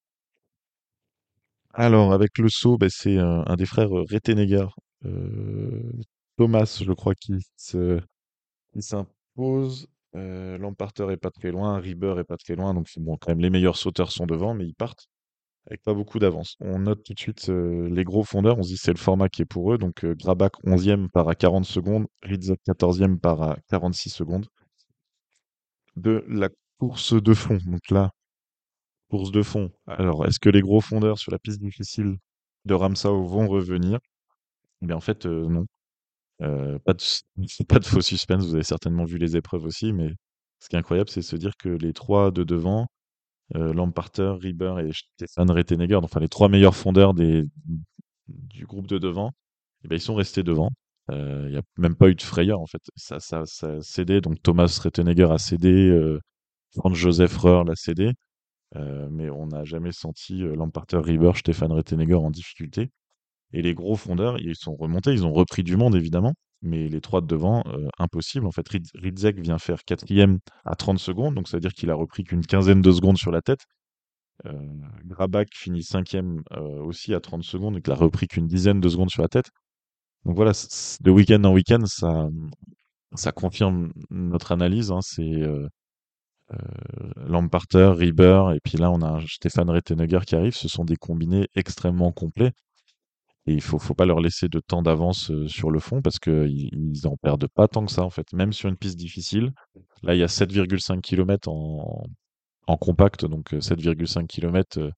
Alors, avec le saut, ben, c'est un, un des frères euh, Rettenegger, euh, Thomas, je crois, qui se, il s'impose. Euh, Lamparter est pas très loin, Rieber est pas très loin, donc c'est bon, quand même les meilleurs sauteurs sont devant, mais ils partent avec pas beaucoup d'avance. On note tout de suite euh, les gros fondeurs, on se dit c'est le format qui est pour eux, donc euh, Grabach onzième part à quarante secondes, Ritzek quatorzième part à quarante-six secondes. De la course de fond, donc là, course de fond. Alors, est-ce que les gros fondeurs sur la piste difficile de Ramsau vont revenir? Eh bien, en fait, euh, non. Euh, pas de, pas de faux suspense, vous avez certainement vu les épreuves aussi, mais ce qui est incroyable, c'est de se dire que les trois de devant, euh, Lamparter, Rieber et Stefan Rettenegger, enfin les trois meilleurs fondeurs des, du groupe de devant, eh ben, ils sont restés devant. Euh, Il n'y a même pas eu de frayeur en fait. Ça, ça, ça a cédé, donc Thomas Rettenegger a cédé, euh, Franz Josef Röhrl a cédé, euh, mais on n'a jamais senti euh, Lamparter, Rieber, Stefan Rettenegger en difficulté. Et les gros fondeurs, ils sont remontés, ils ont repris du monde évidemment, mais les trois de devant, euh, impossible. En fait, Rid- Ridzek vient faire quatrième à trente secondes, donc ça veut dire qu'il a repris qu'une quinzaine de secondes sur la tête. Euh, Grabach finit cinquième euh, aussi à trente secondes, donc il a repris qu'une dizaine de secondes sur la tête. Donc voilà, c- c- de week-end en week-end, ça, ça confirme notre analyse. Hein, c'est euh, Lamparter, Rieber, et puis là on a un Stefan Rettenegger qui arrive. Ce sont des combinés extrêmement complets. Et il faut, faut pas leur laisser de temps d'avance euh, sur le fond parce qu'ils ils en perdent pas tant que ça en fait. Même sur une piste difficile, là il y a sept virgule cinq kilomètres en, en compact, donc euh, sept virgule cinq kilomètres, euh,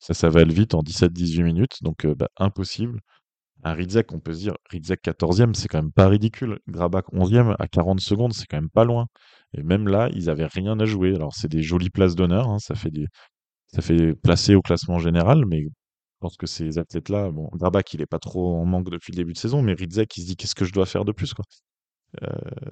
Ça s'avale vite en dix-sept dix-huit minutes, donc euh, bah, impossible. Un Ridzek, on peut se dire, Ridzek quatorzième, c'est quand même pas ridicule. Grabak onzième à quarante secondes, c'est quand même pas loin. Et même là, ils avaient rien à jouer. Alors, c'est des jolies places d'honneur, hein, ça fait des, ça fait placer au classement général, mais je pense que ces athlètes-là, bon, Grabak, il est pas trop en manque depuis le début de saison, mais Ridzek, il se dit qu'est-ce que je dois faire de plus, quoi. Euh,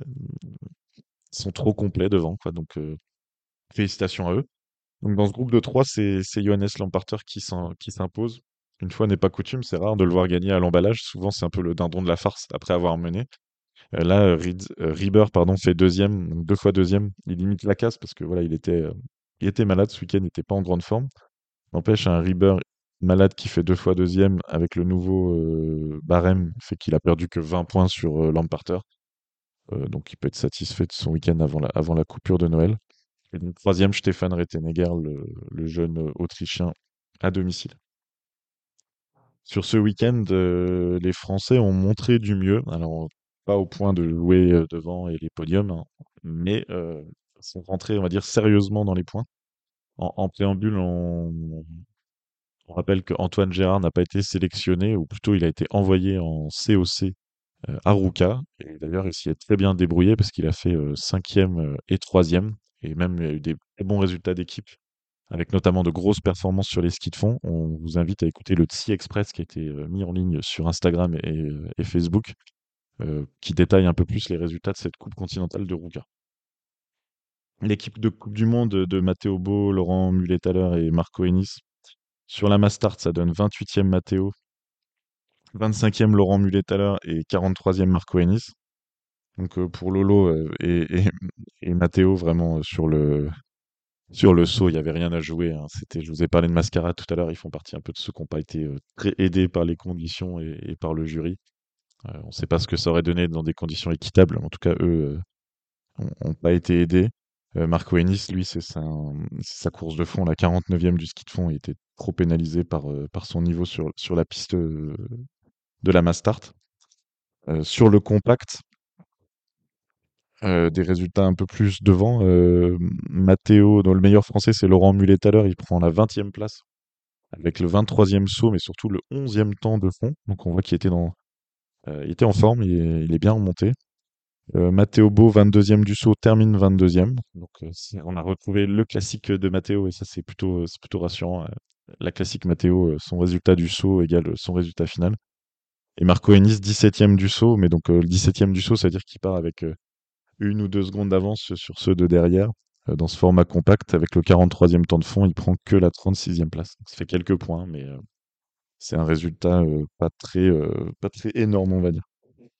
Ils sont trop complets devant, quoi. Donc, euh, félicitations à eux. Donc, dans ce groupe de trois, c'est c'est Johannes Lamparter qui s'im- qui s'impose. Une fois n'est pas coutume, c'est rare de le voir gagner à l'emballage. Souvent, c'est un peu le dindon de la farce après avoir mené. Euh, là, euh, Reed- euh, Rieber, pardon, fait deuxième, donc deux fois deuxième. Il limite la casse parce que voilà, il était, euh, il était malade ce week-end, il n'était pas en grande forme. N'empêche, un Rieber malade qui fait deux fois deuxième avec le nouveau euh, barème fait qu'il a perdu que vingt points sur euh, Lamparter. Euh, donc il peut être satisfait de son week-end avant la, avant la coupure de Noël. Et donc troisième, Stefan Rettenegger, le, le jeune euh, Autrichien à domicile. Sur ce week-end, euh, les Français ont montré du mieux. Alors, pas au point de jouer euh, devant et les podiums, hein, mais euh, sont rentrés, on va dire, sérieusement dans les points. En, en préambule, on, on rappelle que Antoine Gérard n'a pas été sélectionné, ou plutôt il a été envoyé en C O C euh, à Ruka. Et d'ailleurs, il s'y est très bien débrouillé parce qu'il a fait euh, cinquième euh, et troisième. Et même, il y a eu des très bons résultats d'équipe avec notamment de grosses performances sur les skis de fond. On vous invite à écouter le Tsi Express qui a été euh, mis en ligne sur Instagram et, euh, et Facebook, euh, qui détaille un peu plus les résultats de cette Coupe continentale de Ruka. L'équipe de Coupe du Monde de Matteo Bo, Laurent Mullet-Thaler et Marco Ennis. Sur la Mastart, ça donne vingt-huitième Matteo, vingt-cinquième Laurent Mullet-Thaler et quarante-troisième Marco Ennis. Donc euh, pour Lolo euh, et, et, et Matteo, vraiment euh, sur le, sur le saut, il n'y avait rien à jouer, hein. C'était, je vous ai parlé de Mascara tout à l'heure, ils font partie un peu de ceux qui n'ont pas été euh, très aidés par les conditions et, et par le jury. Euh, on ne sait pas ce que ça aurait donné dans des conditions équitables. En tout cas, eux n'ont pas été aidés. Euh, Marco Ennis, lui, c'est sa, c'est sa course de fond, la quarante-neuvième du ski de fond. Il était trop pénalisé par, euh, par son niveau sur, sur la piste euh, de la Mastart. Euh, sur le compact, euh, des résultats un peu plus devant. Euh, Matteo, dans le meilleur français, c'est Laurent Mullet-Thaler, il prend la vingtième place avec le vingt-troisième saut, mais surtout le onzième temps de fond. Donc on voit qu'il était, dans, euh, il était en forme, il est, il est bien remonté. Euh, Matteo Bo, vingt-deuxième du saut, termine vingt-deuxième. Donc euh, c'est- on a retrouvé le classique de Matteo et ça c'est plutôt, c'est plutôt rassurant. Euh, La classique Matteo, euh, son résultat du saut égale son résultat final. Et Marco Ennis, dix-septième du saut, mais donc euh, le dix-septième du saut, ça veut dire qu'il part avec euh, une ou deux secondes d'avance sur ceux de derrière. Euh, dans ce format compact, avec le quarante-troisième temps de fond, il prend que la trente-sixième place. Donc, ça fait quelques points, mais euh, c'est un résultat euh, pas très, euh, pas très énorme, on va dire.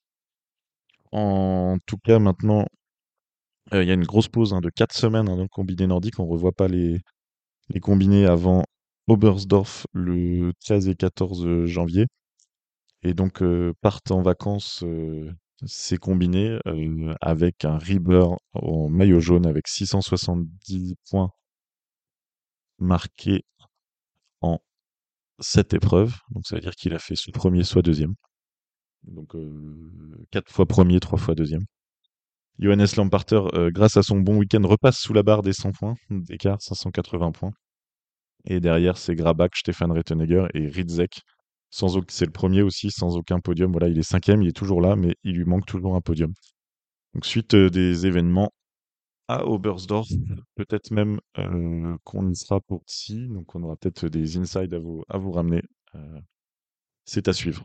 En tout cas, maintenant, euh, il y a une grosse pause hein, de quatre semaines hein, dans le combiné nordique. On ne revoit pas les, les combinés avant Oberstdorf le treize et quatorze janvier. Et donc, euh, partent en vacances euh, ces combinés euh, avec un Rieber en maillot jaune avec six cent soixante-dix points marqués en sept épreuves. Donc, ça veut dire qu'il a fait soit premier, soit deuxième. Donc, euh, quatre fois premier, trois fois deuxième. Johannes Lamparter, euh, grâce à son bon week-end, repasse sous la barre des cent points d'écart, cinq cent quatre-vingts points. Et derrière, c'est Grabak, Stefan Rettenegger et Ridzek. Sans au- C'est le premier aussi, sans aucun podium. Voilà, il est cinquième, il est toujours là, mais il lui manque toujours un podium. Donc, suite euh, des événements à Oberstdorf, peut-être même euh, qu'on y sera pour Tsi, donc on aura peut-être des insides à vous, à vous ramener. Euh, c'est à suivre.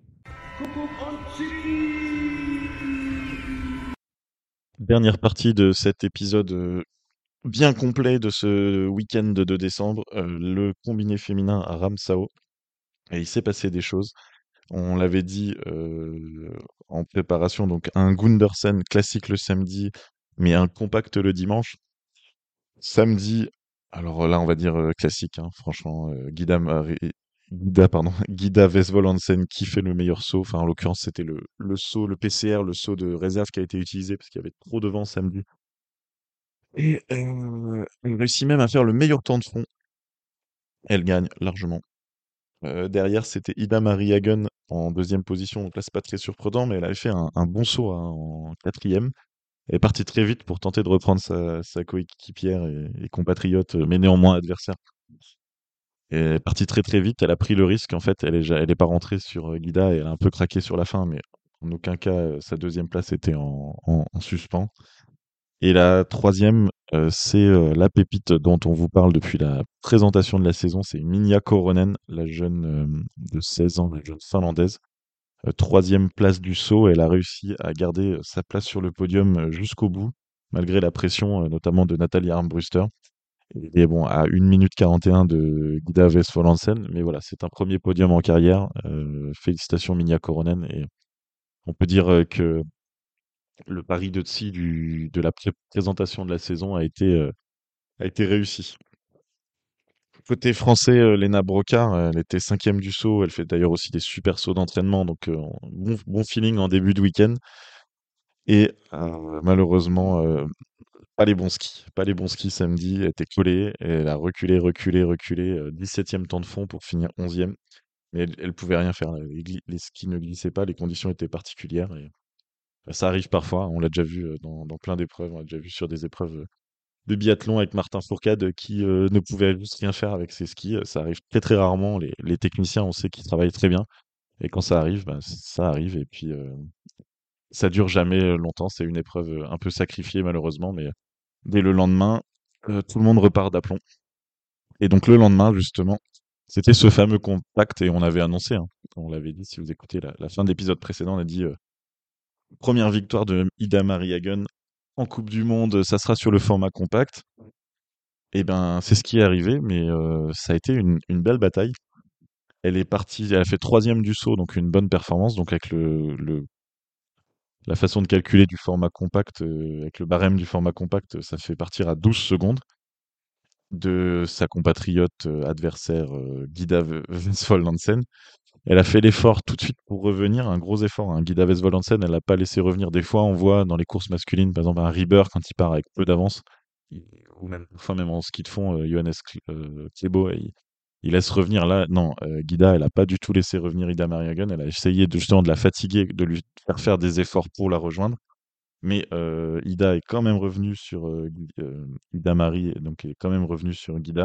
Dernière partie de cet épisode euh, bien complet de ce week-end de décembre, euh, le combiné féminin à Ramsau. Et il s'est passé des choses. On l'avait dit euh, en préparation, donc un Gundersen classique le samedi, mais un compact le dimanche. Samedi, alors là, on va dire euh, classique, hein, franchement, euh, Guida, Mari- Guida, pardon, Guida Vesvold Hansen qui fait le meilleur saut. Enfin, en l'occurrence, c'était le, le saut, le P C R, le saut de réserve qui a été utilisé parce qu'il y avait trop de vent samedi. Et euh, elle réussit même à faire le meilleur temps de fond. Elle gagne largement. Euh, derrière, c'était Ida Marie Hagen en deuxième position. Donc là, c'est pas très surprenant, mais elle avait fait un, un bon saut hein, en quatrième. Elle est partie très vite pour tenter de reprendre sa, sa coéquipière et, et compatriote, euh, mais néanmoins adversaire. Et elle est partie très très vite. Elle a pris le risque. En fait, elle est, ja- elle est pas rentrée sur euh, Guida et elle a un peu craqué sur la fin, mais en aucun cas euh, sa deuxième place était en, en- en suspens. Et la troisième, euh, c'est euh, la pépite dont on vous parle depuis la présentation de la saison. C'est Minja Koronen, la jeune euh, de seize ans, la jeune finlandaise. Euh, troisième place du saut. Elle a réussi à garder euh, sa place sur le podium euh, jusqu'au bout, malgré la pression, euh, notamment de Nathalie Armbruster. Et bon, à une minute quarante et un de Guida Westphal-Hansen, mais voilà, c'est un premier podium en carrière. Euh, félicitations Minja Koronen. Et on peut dire euh, que le pari de Tsi du, de la pré- présentation de la saison a été, euh, a été réussi. Côté français, euh, Lena Brocard, euh, elle était cinquième du saut. Elle fait d'ailleurs aussi des super sauts d'entraînement, donc euh, bon, bon feeling en début de week-end. Et euh, malheureusement, euh, pas les bons skis. Pas les bons skis samedi. Elle était collée. Et elle a reculé, reculé, reculé. euh, dix-septième temps de fond pour finir onzième. Mais elle, elle pouvait rien faire. Les, gli- les skis ne glissaient pas. Les conditions étaient particulières. Et bah, ça arrive parfois. On l'a déjà vu euh, dans, dans plein d'épreuves. On l'a déjà vu sur des épreuves euh, de biathlon avec Martin Fourcade euh, qui euh, ne pouvait juste rien faire avec ses skis. Ça arrive très très rarement. Les, les techniciens, on sait qu'ils travaillent très bien. Et quand ça arrive, bah, ça arrive. Et puis, euh, ça dure jamais euh, longtemps. C'est une épreuve euh, un peu sacrifiée malheureusement. Mais dès le lendemain, euh, tout le monde repart d'aplomb. Et donc le lendemain, justement, c'était ce fameux contact et on avait annoncé, hein, on l'avait dit, si vous écoutez la, la fin de l'épisode précédent, on a dit euh, première victoire de Ida Marie Hagen en Coupe du Monde, ça sera sur le format compact. Et ben c'est ce qui est arrivé, mais euh, ça a été une, une belle bataille. Elle est partie, elle a fait troisième du saut, donc une bonne performance. Donc avec le, le- la façon de calculer du format compact, euh, avec le barème du format compact, ça fait partir à douze secondes de sa compatriote euh, adversaire euh, Guida Westphal-Hansen. Elle a fait l'effort tout de suite pour revenir, un gros effort. Hein. Guida Westphal-Hansen, elle n'a pas laissé revenir. Des fois, on voit dans les courses masculines, par exemple, un Rieber, quand il part avec peu d'avance, il- ou même, parfois même en ski de fond, euh, Johannes Kle- euh, Klebo, il, il laisse revenir. Là, non, euh, Guida, elle n'a pas du tout laissé revenir Ida Mariagen. Elle a essayé de, justement de la fatiguer, de lui faire faire des efforts pour la rejoindre. Mais euh, Ida est quand même revenue sur euh, Gui- euh, Ida Marie, donc est quand même revenue sur Guida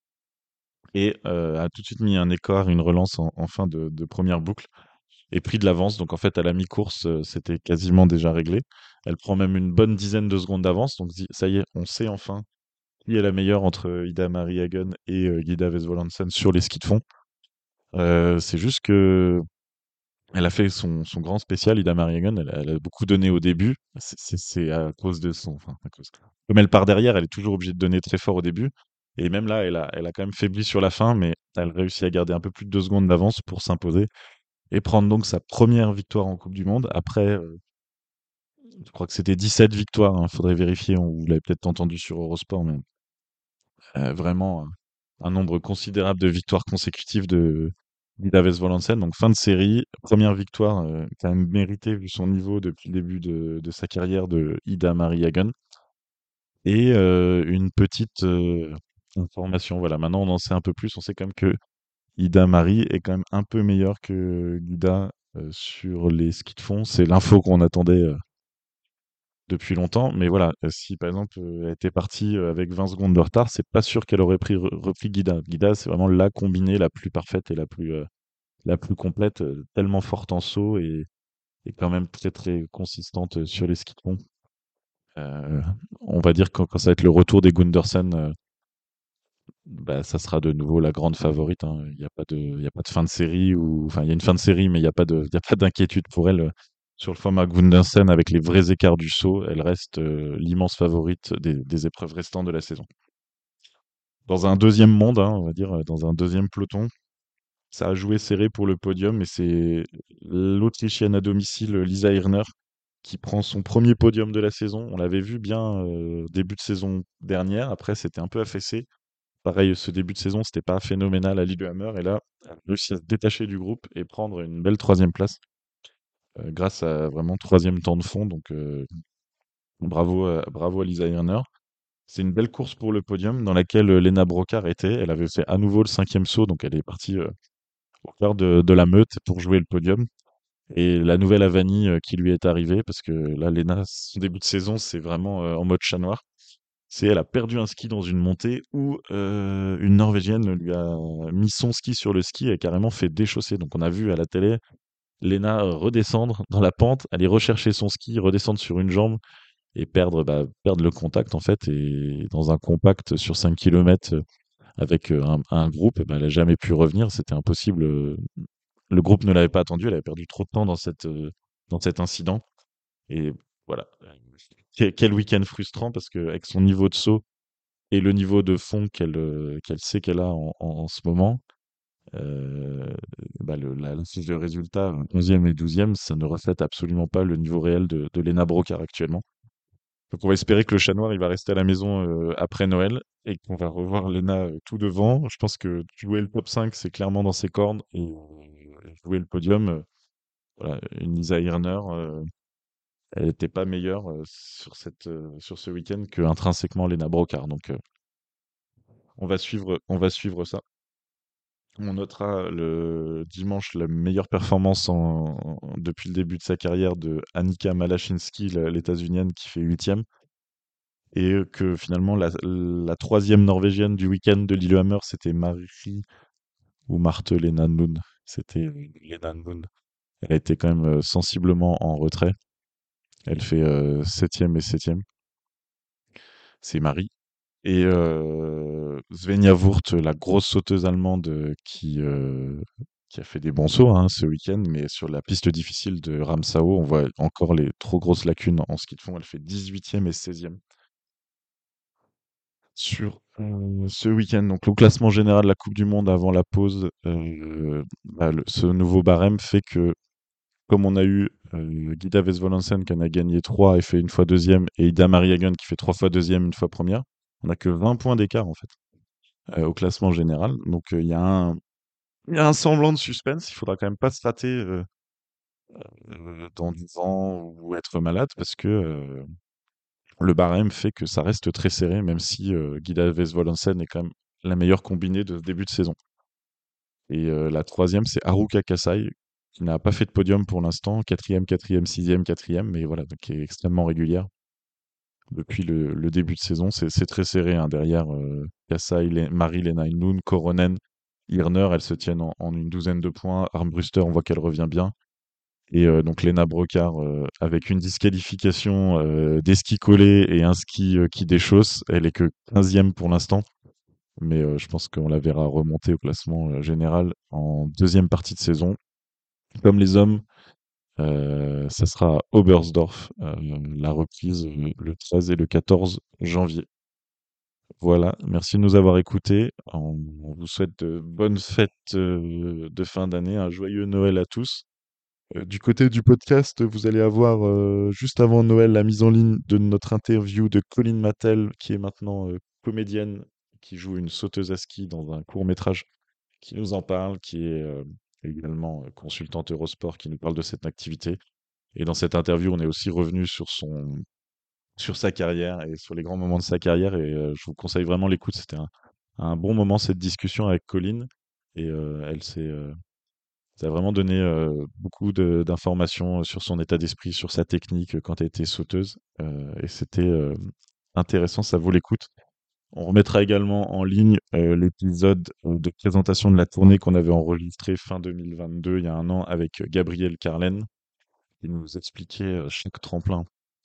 et euh, a tout de suite mis un écart, une relance en, en fin de, de première boucle et pris de l'avance. Donc en fait, à la mi-course, euh, c'était quasiment déjà réglé. Elle prend même une bonne dizaine de secondes d'avance. Donc zi- ça y est, on sait enfin qui est la meilleure entre Ida Marie Hagen et euh, Guida Westphal-Hansen sur les skis de fond. Euh, c'est juste que elle a fait son, son grand spécial, Ida Marie Hagen. Elle, a elle a beaucoup donné au début. C'est c'est- c'est à cause de son. Enfin, à cause. Comme elle part derrière, elle est toujours obligée de donner très fort au début. Et même là, elle a, elle a quand même faibli sur la fin, mais elle réussit à garder un peu plus de deux secondes d'avance pour s'imposer et prendre donc sa première victoire en Coupe du Monde après, euh, je crois que c'était dix-sept victoires, il faudrait vérifier, on vous l'avez peut-être entendu sur Eurosport, mais euh, vraiment euh, un nombre considérable de victoires consécutives de d'Ida Westphal-Hansen. Donc fin de série, première victoire euh, quand même méritée vu son niveau depuis le début de, de sa carrière de Ida Marie Hagen. Et euh, une petite euh, information, voilà, maintenant on en sait un peu plus, on sait quand même que Ida Marie est quand même un peu meilleure que Guida euh, sur les skis de fond. C'est l'info qu'on attendait euh, depuis longtemps. Mais voilà, euh, si par exemple euh, elle était partie euh, avec vingt secondes de retard, c'est pas sûr qu'elle aurait pris, re- repris Guida. Guida, c'est vraiment la combinée la plus parfaite et la plus, euh, la plus complète, euh, tellement forte en saut et, et quand même très très consistante euh, sur les skis de fond. Euh, on va dire que quand, quand ça va être le retour des Gundersen, euh, bah, ça sera de nouveau la grande favorite, hein. Il n'y a pas de, il y a pas de fin de série ou, enfin, il y a une fin de série, mais il n'y a pas de, il y a pas d'inquiétude pour elle. Sur le format Gundersen, avec les vrais écarts du saut, elle reste euh, l'immense favorite des, des épreuves restantes de la saison. Dans un deuxième monde, hein, on va dire, euh, dans un deuxième peloton, ça a joué serré pour le podium, mais c'est l'Autrichienne à domicile, Lisa Hirner, qui prend son premier podium de la saison. On l'avait vu bien euh, début de saison dernière, après c'était un peu affaissé. Pareil, ce début de saison, c'était pas phénoménal à Lillehammer. Et là, elle a réussi à se détacher du groupe et prendre une belle troisième place euh, grâce à vraiment troisième temps de fond. Donc, euh, bravo, à, bravo à Lisa Hirner. C'est une belle course pour le podium dans laquelle euh, Lena Brocard était. Elle avait fait à nouveau le cinquième saut, donc elle est partie euh, au cœur de, de la meute pour jouer le podium. Et la nouvelle Avani euh, qui lui est arrivée, parce que là, Lena, son début de saison, c'est vraiment euh, en mode chat noir. c'est elle a perdu un ski dans une montée où euh, une Norvégienne lui a mis son ski sur le ski et a carrément fait déchausser. Donc on a vu à la télé Lena redescendre dans la pente, aller rechercher son ski, redescendre sur une jambe et perdre, bah, perdre le contact en fait. Et dans un compact sur cinq kilomètres avec euh, un, un groupe, bah, elle n'a jamais pu revenir. C'était impossible. euh, Le groupe ne l'avait pas attendu. Elle avait perdu trop de temps dans, cette, euh, dans cet incident. Et voilà. Quel, quel week-end frustrant parce qu'avec son niveau de saut et le niveau de fond qu'elle euh, qu'elle sait qu'elle a en, en- en ce moment, euh, bah, le, la, la fiche de résultat, onzième et douzième, ça ne reflète absolument pas le niveau réel de, de Lena Brocard actuellement. Donc on va espérer que le chat noir il va rester à la maison euh, après Noël et qu'on va revoir Lena euh, tout devant. Je pense que jouer le top cinq, c'est clairement dans ses cordes et euh, jouer le podium, euh, voilà, une Lisa Hirner, euh, elle n'était pas meilleure euh, sur cette, euh, sur ce week-end que intrinsèquement Lena Brocard. Donc euh, on va suivre, on va suivre ça. On notera le dimanche la meilleure performance en, en- depuis le début de sa carrière de Annika Malachinsky, la- l'états-unienne, qui fait huitième. Et euh, que finalement, la, la troisième norvégienne du week-end de Lillehammer, c'était Marie ou Marte Lena Noon. C'était euh, Lena Noon. Elle a été quand même euh, sensiblement en retrait. Elle fait euh, septième et septième. C'est Marie. Et euh, Svenja Wurth, la grosse sauteuse allemande euh, qui, euh, qui a fait des bons sauts hein, ce week-end, mais sur la piste difficile de Ramsau, on voit encore les trop grosses lacunes en ski de fond. Elle fait dix-huitième et seizième sur euh, ce week-end. Donc le classement général de la Coupe du Monde avant la pause, euh, bah, le- ce nouveau barème fait que, comme on a eu euh, Gida Vesvolansen qui en a gagné trois et fait une fois deuxième, et Ida Marie Hagen qui fait trois fois deuxième, une fois première, on n'a que vingt points d'écart en fait euh, au classement général. Donc euh, il y a un, il y a un semblant de suspense. Il faudra quand même pas se rater euh, euh, dans dix ans ou être malade parce que euh, le barème fait que ça reste très serré, même si euh, Gida Vesvolansen est quand même la meilleure combinée de ce début de saison. Et euh, la troisième, c'est Haruka Kasai, qui n'a pas fait de podium pour l'instant, quatrième, quatrième, sixième, quatrième, mais voilà, donc qui est extrêmement régulière depuis le, le début de saison. C'est c'est très serré hein, derrière euh, Kasai, Le- Marie-Lena Noon, Koronen, Hirner, elles se tiennent en, en une douzaine de points. Armbruster, on voit qu'elle revient bien. Et euh, donc Lena Brocard, euh, avec une disqualification, euh, des skis collés et un ski euh, qui déchausse, elle est que quinzième pour l'instant. Mais euh, je pense qu'on la verra remonter au classement euh, général en deuxième partie de saison. Comme les hommes, euh, ça sera à Oberstdorf, euh, la reprise euh, le treize et le quatorze janvier. Voilà, merci de nous avoir écoutés. On, on vous souhaite de bonnes fêtes euh, de fin d'année, un joyeux Noël à tous. Euh, du côté du podcast, vous allez avoir euh, juste avant Noël la mise en ligne de notre interview de Colline Mattel, qui est maintenant euh, comédienne, qui joue une sauteuse à ski dans un court métrage, qui nous en parle, qui est euh, également euh, consultante Eurosport, qui nous parle de cette activité. Et dans cette interview, on est aussi revenu sur son, sur sa carrière et sur les grands moments de sa carrière. Et euh, je vous conseille vraiment l'écoute. C'était un, un bon moment cette discussion avec Colline. Et euh, elle s'est euh, ça a vraiment donné euh, beaucoup de- d'informations sur son état d'esprit, sur sa technique euh, quand elle était sauteuse. Euh, et c'était euh, intéressant, ça vaut l'écoute. On remettra également en ligne euh, l'épisode euh, de présentation de la tournée qu'on avait enregistré fin deux mille vingt-deux, il y a un an, avec Gabriel Carlen, qui nous expliquait euh, chaque tremplin,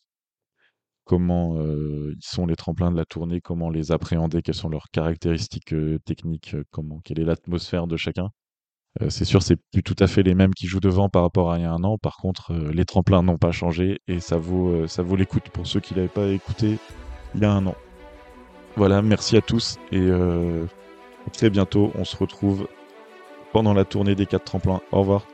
comment euh, ils sont les tremplins de la tournée, comment les appréhender, quelles sont leurs caractéristiques euh, techniques, euh, comment, quelle est l'atmosphère de chacun. Euh, c'est sûr, c'est plus tout à fait les mêmes qui jouent devant par rapport à il y a un an. Par contre, euh, les tremplins n'ont pas changé et ça vaut, euh, ça vaut l'écoute pour ceux qui l'avaient pas écouté il y a un an. Voilà, merci à tous et euh, à très bientôt. On se retrouve pendant la tournée des quatre tremplins. Au revoir.